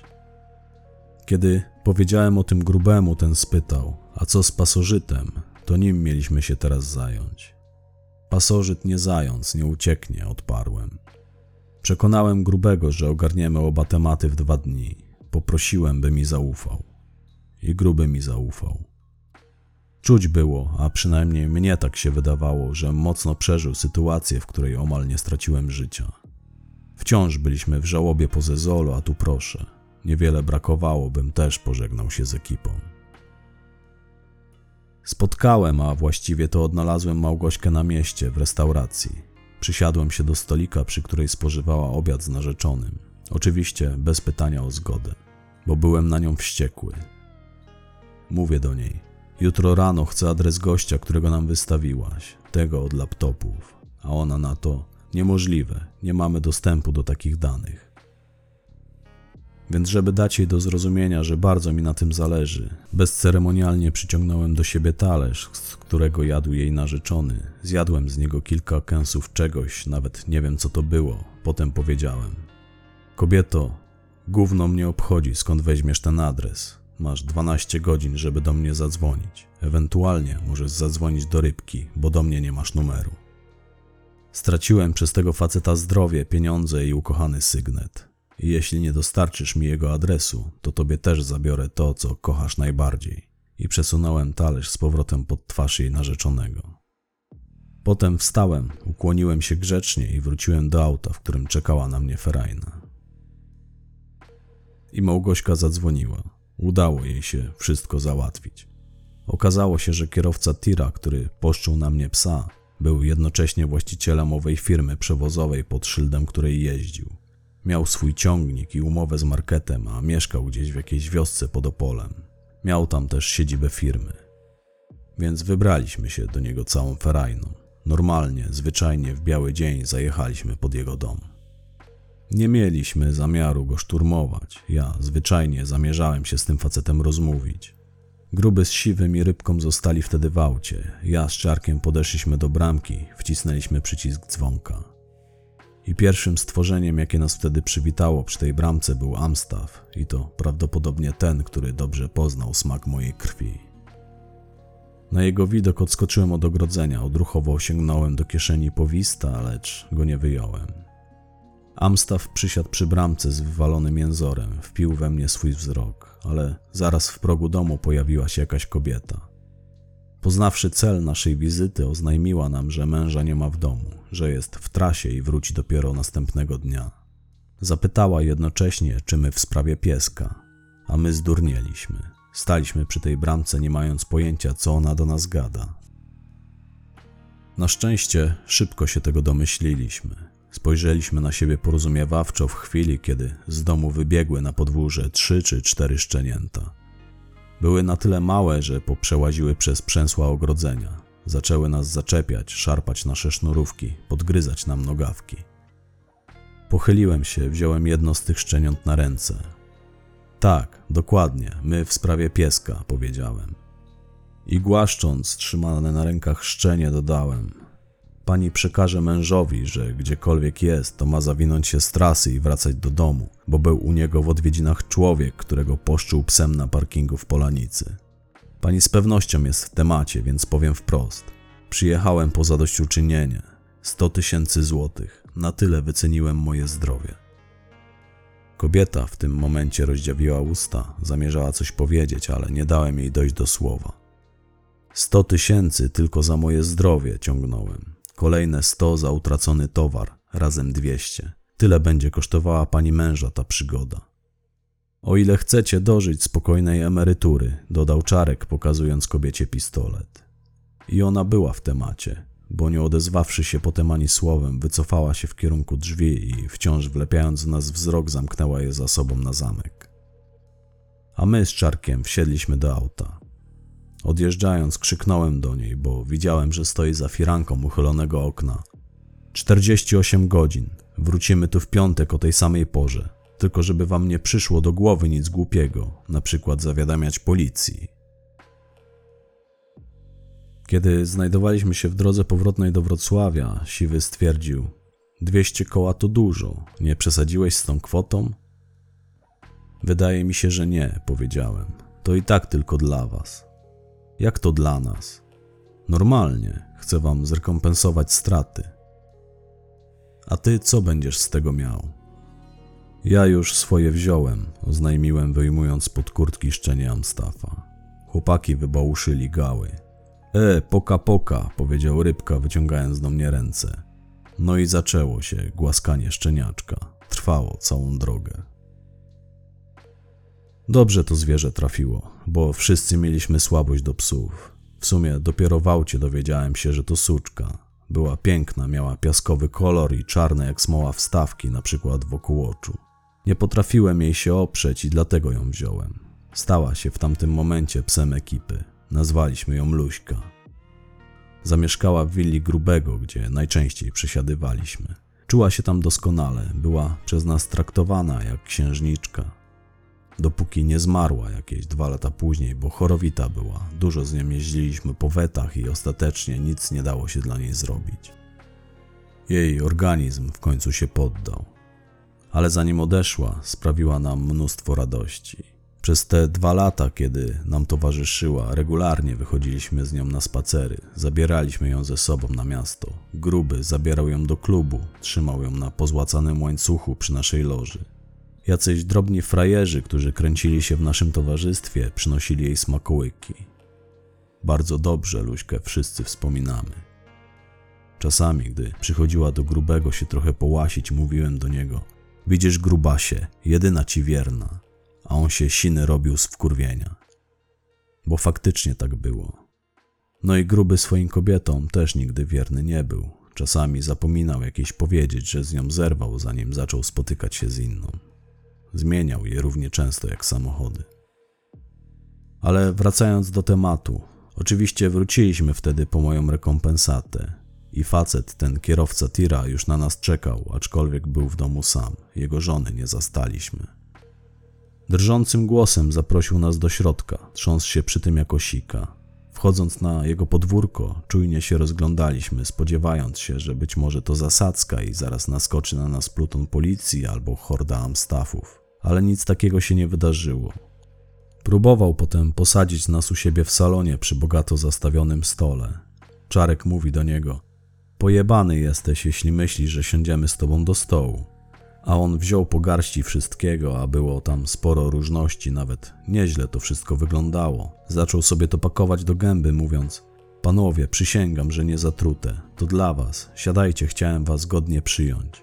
Kiedy powiedziałem o tym grubemu, ten spytał, a co z pasożytem, to nim mieliśmy się teraz zająć. Pasożyt nie zając, nie ucieknie, odparłem. Przekonałem grubego, że ogarniemy oba tematy w dwa dni. Poprosiłem, by mi zaufał. I gruby mi zaufał. Czuć było, a przynajmniej mnie tak się wydawało, że mocno przeżył sytuację, w której omal nie straciłem życia. Wciąż byliśmy w żałobie po Zezolu, a tu proszę. Niewiele brakowało, bym też pożegnał się z ekipą. Spotkałem, a właściwie to odnalazłem Małgośkę na mieście, w restauracji. Przysiadłem się do stolika, przy której spożywała obiad z narzeczonym. Oczywiście bez pytania o zgodę, bo byłem na nią wściekły. Mówię do niej: jutro rano chcę adres gościa, którego nam wystawiłaś, tego od laptopów. A ona na to: niemożliwe, nie mamy dostępu do takich danych. Więc żeby dać jej do zrozumienia, że bardzo mi na tym zależy, bezceremonialnie przyciągnąłem do siebie talerz, z którego jadł jej narzeczony. Zjadłem z niego kilka kęsów czegoś, nawet nie wiem co to było. Potem powiedziałem: kobieto, gówno mnie obchodzi, skąd weźmiesz ten adres. Masz dwanaście godzin, żeby do mnie zadzwonić. Ewentualnie możesz zadzwonić do Rybki, bo do mnie nie masz numeru. Straciłem przez tego faceta zdrowie, pieniądze i ukochany sygnet. I jeśli nie dostarczysz mi jego adresu, to tobie też zabiorę to, co kochasz najbardziej. I przesunąłem talerz z powrotem pod twarz jej narzeczonego. Potem wstałem, ukłoniłem się grzecznie i wróciłem do auta, w którym czekała na mnie ferajna. I Małgośka zadzwoniła. Udało jej się wszystko załatwić. Okazało się, że kierowca tira, który poszczył na mnie psa, był jednocześnie właścicielem owej firmy przewozowej, pod szyldem której jeździł. Miał swój ciągnik i umowę z marketem, a mieszkał gdzieś w jakiejś wiosce pod Opolem. Miał tam też siedzibę firmy. Więc wybraliśmy się do niego całą ferajną. Normalnie, zwyczajnie w biały dzień zajechaliśmy pod jego dom. Nie mieliśmy zamiaru go szturmować. Ja zwyczajnie zamierzałem się z tym facetem rozmówić. Gruby z Siwym i Rybką zostali wtedy w aucie. Ja z Czarkiem podeszliśmy do bramki, wcisnęliśmy przycisk dzwonka. I pierwszym stworzeniem, jakie nas wtedy przywitało przy tej bramce, był Amstaff, i to prawdopodobnie ten, który dobrze poznał smak mojej krwi. Na jego widok odskoczyłem od ogrodzenia, odruchowo sięgnąłem do kieszeni powista, lecz go nie wyjąłem. Amstaff przysiadł przy bramce z wywalonym jęzorem, wpił we mnie swój wzrok, ale zaraz w progu domu pojawiła się jakaś kobieta. Poznawszy cel naszej wizyty, oznajmiła nam, że męża nie ma w domu, że jest w trasie i wróci dopiero następnego dnia. Zapytała jednocześnie, czy my w sprawie pieska, a my zdurnieliśmy. Staliśmy przy tej bramce, nie mając pojęcia, co ona do nas gada. Na szczęście szybko się tego domyśliliśmy. Spojrzeliśmy na siebie porozumiewawczo w chwili, kiedy z domu wybiegły na podwórze trzy czy cztery szczenięta. Były na tyle małe, że poprzełaziły przez przęsła ogrodzenia. Zaczęły nas zaczepiać, szarpać nasze sznurówki, podgryzać nam nogawki. Pochyliłem się, wziąłem jedno z tych szczeniąt na ręce. Tak, dokładnie, my w sprawie pieska, powiedziałem. I głaszcząc trzymane na rękach szczenie dodałem: pani przekaże mężowi, że gdziekolwiek jest, to ma zawinąć się z trasy i wracać do domu, bo był u niego w odwiedzinach człowiek, którego poszczył psem na parkingu w Polanicy. Pani z pewnością jest w temacie, więc powiem wprost. Przyjechałem po zadośćuczynienie. Sto tysięcy złotych. Na tyle wyceniłem moje zdrowie. Kobieta w tym momencie rozdziawiła usta, zamierzała coś powiedzieć, ale nie dałem jej dojść do słowa. Sto tysięcy tylko za moje zdrowie, ciągnąłem. Kolejne sto za utracony towar, razem dwieście. Tyle będzie kosztowała pani męża ta przygoda. O ile chcecie dożyć spokojnej emerytury, dodał Czarek, pokazując kobiecie pistolet. I ona była w temacie, bo nie odezwawszy się potem ani słowem, wycofała się w kierunku drzwi i wciąż wlepiając w nas wzrok, zamknęła je za sobą na zamek. A my z Czarkiem wsiedliśmy do auta. Odjeżdżając, krzyknąłem do niej, bo widziałem, że stoi za firanką uchylonego okna. czterdzieści osiem godzin. Wrócimy tu w piątek o tej samej porze. Tylko żeby wam nie przyszło do głowy nic głupiego, na przykład zawiadamiać policji. Kiedy znajdowaliśmy się w drodze powrotnej do Wrocławia, Siwy stwierdził: dwieście koła to dużo, nie przesadziłeś z tą kwotą? Wydaje mi się, że nie, powiedziałem. To i tak tylko dla was. Jak to dla nas? Normalnie, chcę wam zrekompensować straty. A ty co będziesz z tego miał? Ja już swoje wziąłem, oznajmiłem, wyjmując spod kurtki szczenie Amstaffa. Chłopaki wybałuszyli gały. E, poka poka, powiedział Rybka, wyciągając do mnie ręce. No i zaczęło się głaskanie szczeniaczka. Trwało całą drogę. Dobrze to zwierzę trafiło, bo wszyscy mieliśmy słabość do psów. W sumie dopiero w aucie dowiedziałem się, że to suczka. Była piękna, miała piaskowy kolor i czarne jak smoła wstawki, na przykład wokół oczu. Nie potrafiłem jej się oprzeć i dlatego ją wziąłem. Stała się w tamtym momencie psem ekipy. Nazwaliśmy ją Luśka. Zamieszkała w willi Grubego, gdzie najczęściej przesiadywaliśmy. Czuła się tam doskonale, była przez nas traktowana jak księżniczka. Dopóki nie zmarła jakieś dwa lata później, bo chorowita była. Dużo z nią jeździliśmy po wetach i ostatecznie nic nie dało się dla niej zrobić. Jej organizm w końcu się poddał. Ale zanim odeszła, sprawiła nam mnóstwo radości. Przez te dwa lata, kiedy nam towarzyszyła, regularnie wychodziliśmy z nią na spacery, zabieraliśmy ją ze sobą na miasto. Gruby zabierał ją do klubu, trzymał ją na pozłacanym łańcuchu przy naszej loży. Jacyś drobni frajerzy, którzy kręcili się w naszym towarzystwie, przynosili jej smakołyki. Bardzo dobrze Luśkę wszyscy wspominamy. Czasami, gdy przychodziła do Grubego się trochę połasić, mówiłem do niego: widzisz, grubasie, jedyna ci wierna. a on się siny robił z wkurwienia. Bo faktycznie tak było. No i Gruby swoim kobietom też nigdy wierny nie był. Czasami zapominał jakieś powiedzieć, że z nią zerwał, zanim zaczął spotykać się z inną. Zmieniał je równie często jak samochody. Ale wracając do tematu, oczywiście wróciliśmy wtedy po moją rekompensatę i facet, ten kierowca tira, już na nas czekał, aczkolwiek był w domu sam. Jego żony nie zastaliśmy. Drżącym głosem zaprosił nas do środka, trząsł się przy tym jako sika. Wchodząc na jego podwórko, czujnie się rozglądaliśmy, spodziewając się, że być może to zasadzka i zaraz naskoczy na nas pluton policji albo horda amstafów. Ale nic takiego się nie wydarzyło. Próbował potem posadzić nas u siebie w salonie przy bogato zastawionym stole. Czarek mówi do niego: pojebany jesteś, jeśli myślisz, że siądziemy z tobą do stołu. A on wziął po garści wszystkiego, a było tam sporo różności, nawet nieźle to wszystko wyglądało. Zaczął sobie to pakować do gęby, mówiąc: panowie, przysięgam, że nie zatrute, to dla was, siadajcie, chciałem was godnie przyjąć.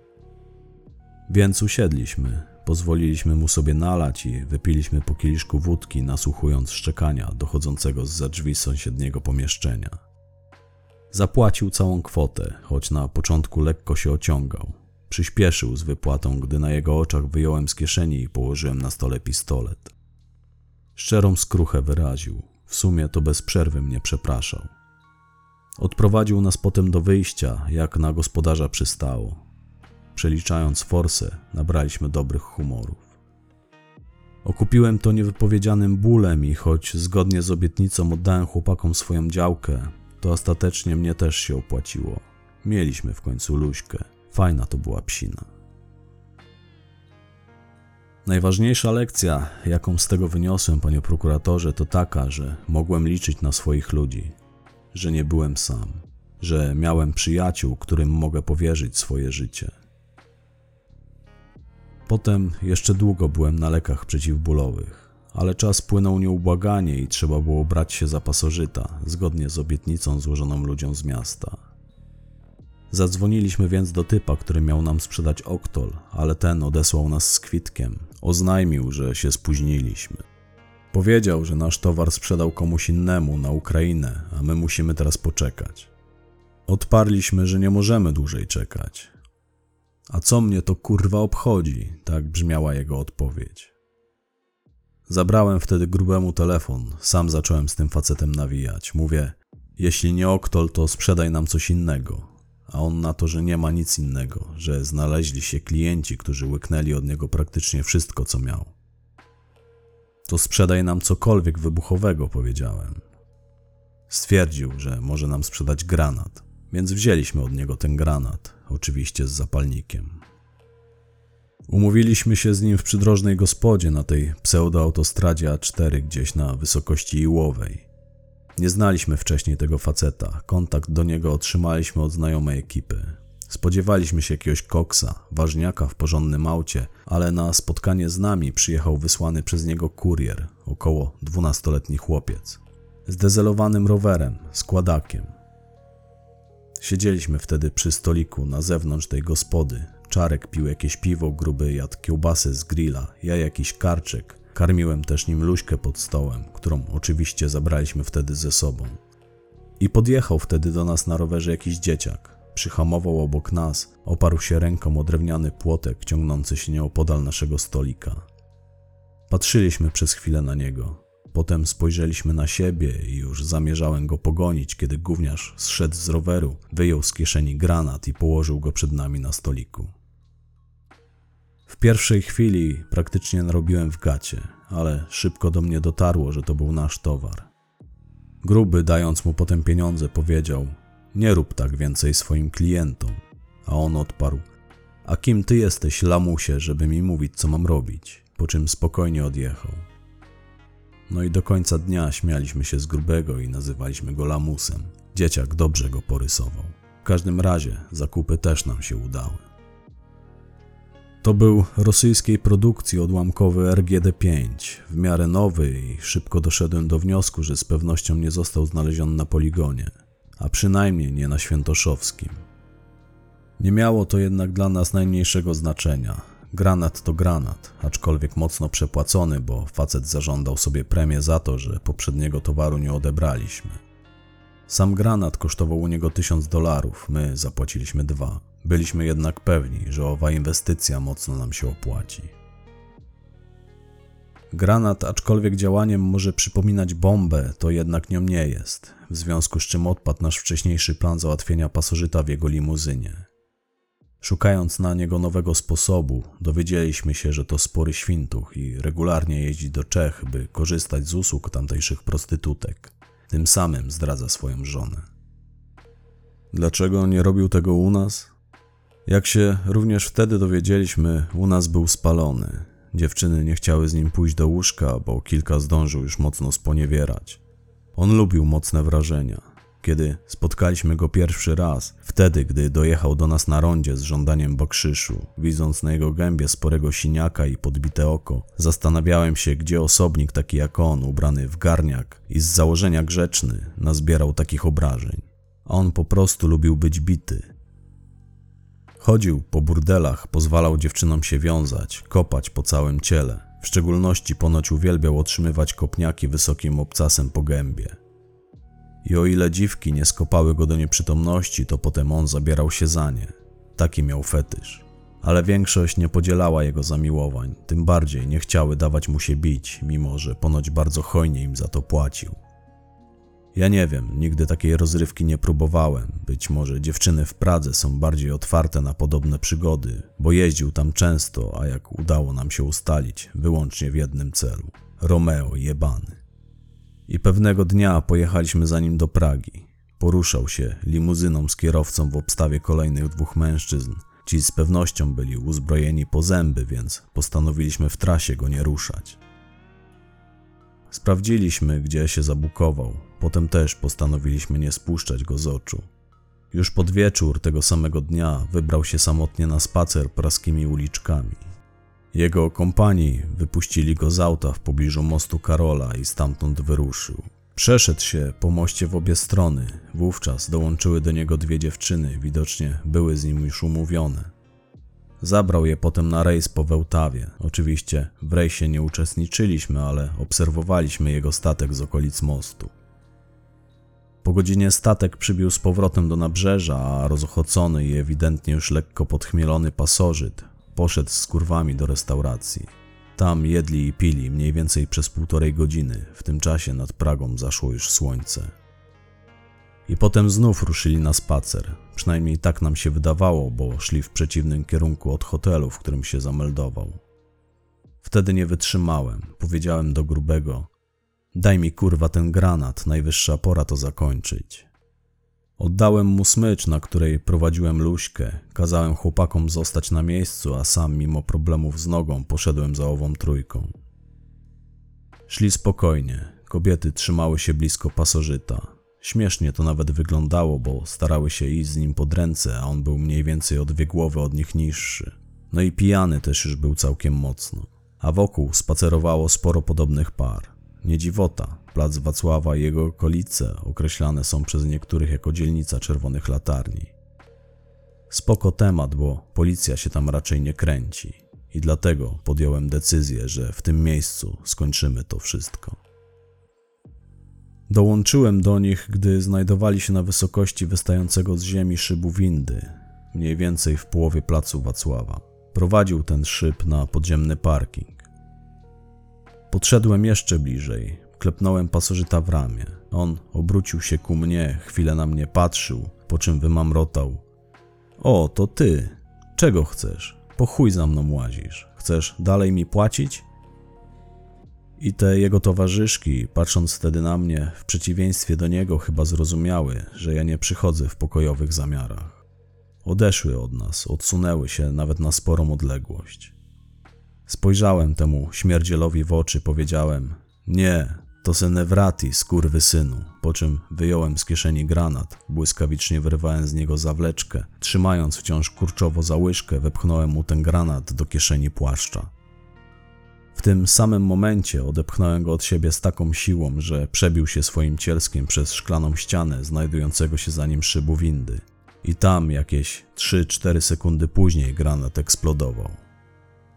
Więc usiedliśmy, pozwoliliśmy mu sobie nalać i wypiliśmy po kieliszku wódki, nasłuchując szczekania dochodzącego zza drzwi sąsiedniego pomieszczenia. Zapłacił całą kwotę, choć na początku lekko się ociągał. Przyspieszył z wypłatą, gdy na jego oczach wyjąłem z kieszeni i położyłem na stole pistolet. Szczerą skruchę wyraził, w sumie to bez przerwy mnie przepraszał. Odprowadził nas potem do wyjścia, jak na gospodarza przystało. Przeliczając forsę, nabraliśmy dobrych humorów. Okupiłem to niewypowiedzianym bólem i choć zgodnie z obietnicą oddałem chłopakom swoją działkę, to ostatecznie mnie też się opłaciło. Mieliśmy w końcu luźkę. Fajna to była psina. Najważniejsza lekcja, jaką z tego wyniosłem, panie prokuratorze, to taka, że mogłem liczyć na swoich ludzi, że nie byłem sam, że miałem przyjaciół, którym mogę powierzyć swoje życie. Potem jeszcze długo byłem na lekach przeciwbólowych, ale czas płynął nieubłaganie i trzeba było brać się za pasożyta, zgodnie z obietnicą złożoną ludziom z miasta. Zadzwoniliśmy więc do typa, który miał nam sprzedać Oktol, ale ten odesłał nas z kwitkiem. Oznajmił, że się spóźniliśmy. Powiedział, że nasz towar sprzedał komuś innemu na Ukrainę, a my musimy teraz poczekać. Odparliśmy, że nie możemy dłużej czekać. A co mnie to kurwa obchodzi? Tak brzmiała jego odpowiedź. Zabrałem wtedy Grubemu telefon, sam zacząłem z tym facetem nawijać. Mówię: jeśli nie Oktol, to sprzedaj nam coś innego. A on na to, że nie ma nic innego, że znaleźli się klienci, którzy łyknęli od niego praktycznie wszystko, co miał. To sprzedaj nam cokolwiek wybuchowego, powiedziałem. Stwierdził, że może nam sprzedać granat, więc wzięliśmy od niego ten granat, oczywiście z zapalnikiem. Umówiliśmy się z nim w przydrożnej gospodzie na tej pseudoautostradzie A cztery gdzieś na wysokości Iłowej. Nie znaliśmy wcześniej tego faceta, kontakt do niego otrzymaliśmy od znajomej ekipy. Spodziewaliśmy się jakiegoś koksa, ważniaka w porządnym aucie, ale na spotkanie z nami przyjechał wysłany przez niego kurier, około dwunastoletni chłopiec, z dezelowanym rowerem, składakiem. Siedzieliśmy wtedy przy stoliku na zewnątrz tej gospody. Czarek pił jakieś piwo, Gruby jadł kiełbasę z grilla, ja jakiś karczek. Karmiłem też nim Luśkę pod stołem, którą oczywiście zabraliśmy wtedy ze sobą. I podjechał wtedy do nas na rowerze jakiś dzieciak. Przyhamował obok nas, oparł się ręką o drewniany płotek ciągnący się nieopodal naszego stolika. Patrzyliśmy przez chwilę na niego. Potem spojrzeliśmy na siebie i już zamierzałem go pogonić, kiedy gówniarz zszedł z roweru, wyjął z kieszeni granat i położył go przed nami na stoliku. W pierwszej chwili praktycznie narobiłem w gacie, ale szybko do mnie dotarło, że to był nasz towar. Gruby, dając mu potem pieniądze, powiedział: nie rób tak więcej swoim klientom. A on odparł: a kim ty jesteś, lamusie, żeby mi mówić, co mam robić? Po czym spokojnie odjechał. No i do końca dnia śmialiśmy się z Grubego i nazywaliśmy go lamusem. Dzieciak dobrze go porysował. W każdym razie zakupy też nam się udały. To był rosyjskiej produkcji odłamkowy R G D pięć, w miarę nowy i szybko doszedłem do wniosku, że z pewnością nie został znaleziony na poligonie, a przynajmniej nie na Świętoszowskim. Nie miało to jednak dla nas najmniejszego znaczenia. granat to granat, aczkolwiek mocno przepłacony, bo facet zażądał sobie premię za to, że poprzedniego towaru nie odebraliśmy. Sam granat kosztował u niego tysiąc dolarów, my zapłaciliśmy dwa. Byliśmy jednak pewni, że owa inwestycja mocno nam się opłaci. Granat, aczkolwiek działaniem może przypominać bombę, to jednak nią nie jest, w związku z czym odpadł nasz wcześniejszy plan załatwienia pasożyta w jego limuzynie. Szukając na niego nowego sposobu, dowiedzieliśmy się, że to spory świntuch i regularnie jeździ do Czech, by korzystać z usług tamtejszych prostytutek. Tym samym zdradza swoją żonę. Dlaczego nie robił tego u nas? Jak się również wtedy dowiedzieliśmy, u nas był spalony. Dziewczyny nie chciały z nim pójść do łóżka, bo kilka zdążył już mocno sponiewierać. On lubił mocne wrażenia. Kiedy spotkaliśmy go pierwszy raz, wtedy gdy dojechał do nas na rondzie z żądaniem bakszyszu, widząc na jego gębie sporego siniaka i podbite oko, zastanawiałem się, gdzie osobnik taki jak on, ubrany w garniak i z założenia grzeczny, nazbierał takich obrażeń. A on po prostu lubił być bity. Chodził po burdelach, pozwalał dziewczynom się wiązać, kopać po całym ciele. W szczególności ponoć uwielbiał otrzymywać kopniaki wysokim obcasem po gębie. I o ile dziwki nie skopały go do nieprzytomności, to potem on zabierał się za nie. Taki miał fetysz. Ale większość nie podzielała jego zamiłowań, tym bardziej nie chciały dawać mu się bić, mimo że ponoć bardzo hojnie im za to płacił. Ja nie wiem, nigdy takiej rozrywki nie próbowałem. Być może dziewczyny w Pradze są bardziej otwarte na podobne przygody, bo jeździł tam często, a jak udało nam się ustalić, wyłącznie w jednym celu. Romeo jebany. I pewnego dnia pojechaliśmy za nim do Pragi. Poruszał się limuzyną z kierowcą w obstawie kolejnych dwóch mężczyzn. Ci z pewnością byli uzbrojeni po zęby, więc postanowiliśmy w trasie go nie ruszać. Sprawdziliśmy, gdzie się zabukował. Potem też postanowiliśmy nie spuszczać go z oczu. Już pod wieczór tego samego dnia wybrał się samotnie na spacer praskimi uliczkami. Jego kompanii wypuścili go z auta w pobliżu mostu Karola i stamtąd wyruszył. Przeszedł się po moście w obie strony. Wówczas dołączyły do niego dwie dziewczyny, widocznie były z nim już umówione. Zabrał je potem na rejs po Wełtawie. Oczywiście w rejsie nie uczestniczyliśmy, ale obserwowaliśmy jego statek z okolic mostu. Po godzinie statek przybił z powrotem do nabrzeża, a rozochocony i ewidentnie już lekko podchmielony pasożyt poszedł z kurwami do restauracji. Tam jedli i pili mniej więcej przez półtorej godziny. W tym czasie nad Pragą zaszło już słońce. I potem znów ruszyli na spacer. Przynajmniej tak nam się wydawało, bo szli w przeciwnym kierunku od hotelu, w którym się zameldował. Wtedy nie wytrzymałem. Powiedziałem do grubego: daj mi kurwa ten granat, najwyższa pora to zakończyć. Oddałem mu smycz, na której prowadziłem Luśkę. Kazałem chłopakom zostać na miejscu, a sam mimo problemów z nogą poszedłem za ową trójką. Szli spokojnie. Kobiety trzymały się blisko pasożyta. Śmiesznie to nawet wyglądało, bo starały się iść z nim pod ręce, a on był mniej więcej o dwie głowy od nich niższy. No i pijany też już był całkiem mocno. A wokół spacerowało sporo podobnych par. Nie dziwota, plac Wacława i jego okolice określane są przez niektórych jako dzielnica czerwonych latarni. Spoko temat, bo policja się tam raczej nie kręci. I dlatego podjąłem decyzję, że w tym miejscu skończymy to wszystko. Dołączyłem do nich, gdy znajdowali się na wysokości wystającego z ziemi szybu windy, mniej więcej w połowie placu Wacława. Prowadził ten szyb na podziemny parking. Podszedłem jeszcze bliżej, klepnąłem pasożyta w ramię. On obrócił się ku mnie, chwilę na mnie patrzył, po czym wymamrotał: o, to ty, czego chcesz? Po chuj za mną łazisz, chcesz dalej mi płacić? I te jego towarzyszki, patrząc wtedy na mnie, w przeciwieństwie do niego chyba zrozumiały, że ja nie przychodzę w pokojowych zamiarach. Odeszły od nas, odsunęły się nawet na sporą odległość. Spojrzałem temu śmierdzielowi w oczy, powiedziałem: nie, to se Newrati, skurwysynu, po czym wyjąłem z kieszeni granat, błyskawicznie wyrwałem z niego zawleczkę, trzymając wciąż kurczowo za łyżkę, wepchnąłem mu ten granat do kieszeni płaszcza. W tym samym momencie odepchnąłem go od siebie z taką siłą, że przebił się swoim cielskiem przez szklaną ścianę znajdującego się za nim szybu windy. I tam jakieś trzy cztery sekundy później granat eksplodował.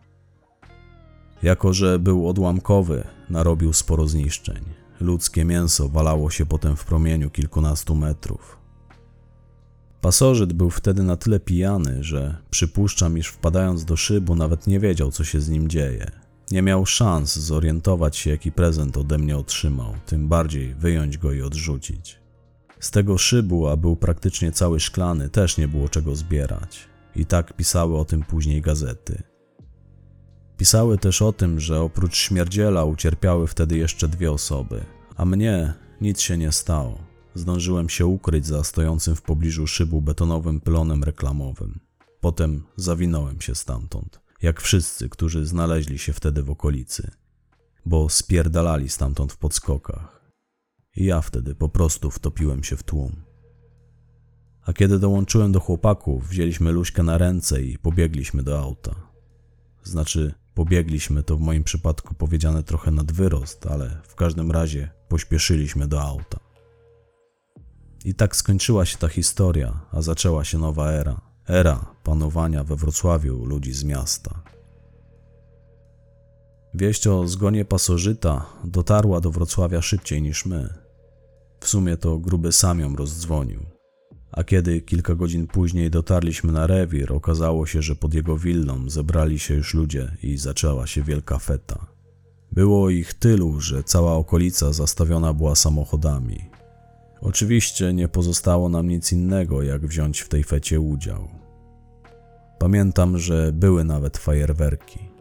Jako że był odłamkowy, narobił sporo zniszczeń. Ludzkie mięso walało się potem w promieniu kilkunastu metrów. Pasożyt był wtedy na tyle pijany, że przypuszczam, iż wpadając do szybu nawet nie wiedział, co się z nim dzieje. Nie miał szans zorientować się, jaki prezent ode mnie otrzymał, tym bardziej wyjąć go i odrzucić. Z tego szybu, a był praktycznie cały szklany, też nie było czego zbierać. I tak pisały o tym później gazety. Pisały też o tym, że oprócz śmierdziela ucierpiały wtedy jeszcze dwie osoby, a mnie nic się nie stało. Zdążyłem się ukryć za stojącym w pobliżu szybu betonowym pylonem reklamowym. Potem zawinąłem się stamtąd, jak wszyscy, którzy znaleźli się wtedy w okolicy, bo spierdalali stamtąd w podskokach. I ja wtedy po prostu wtopiłem się w tłum. A kiedy dołączyłem do chłopaków, wzięliśmy Luśkę na ręce i pobiegliśmy do auta. Znaczy, pobiegliśmy to w moim przypadku powiedziane trochę nad wyrost, ale w każdym razie pośpieszyliśmy do auta. I tak skończyła się ta historia, a zaczęła się nowa era. Era panowania we Wrocławiu ludzi z miasta. Wieść o zgonie pasożyta dotarła do Wrocławia szybciej niż my. W sumie to Gruby sam ją rozdzwonił. A kiedy kilka godzin później dotarliśmy na rewir, okazało się, że pod jego willą zebrali się już ludzie i zaczęła się wielka feta. Było ich tylu, że cała okolica zastawiona była samochodami. Oczywiście nie pozostało nam nic innego, jak wziąć w tej fecie udział. Pamiętam, że były nawet fajerwerki.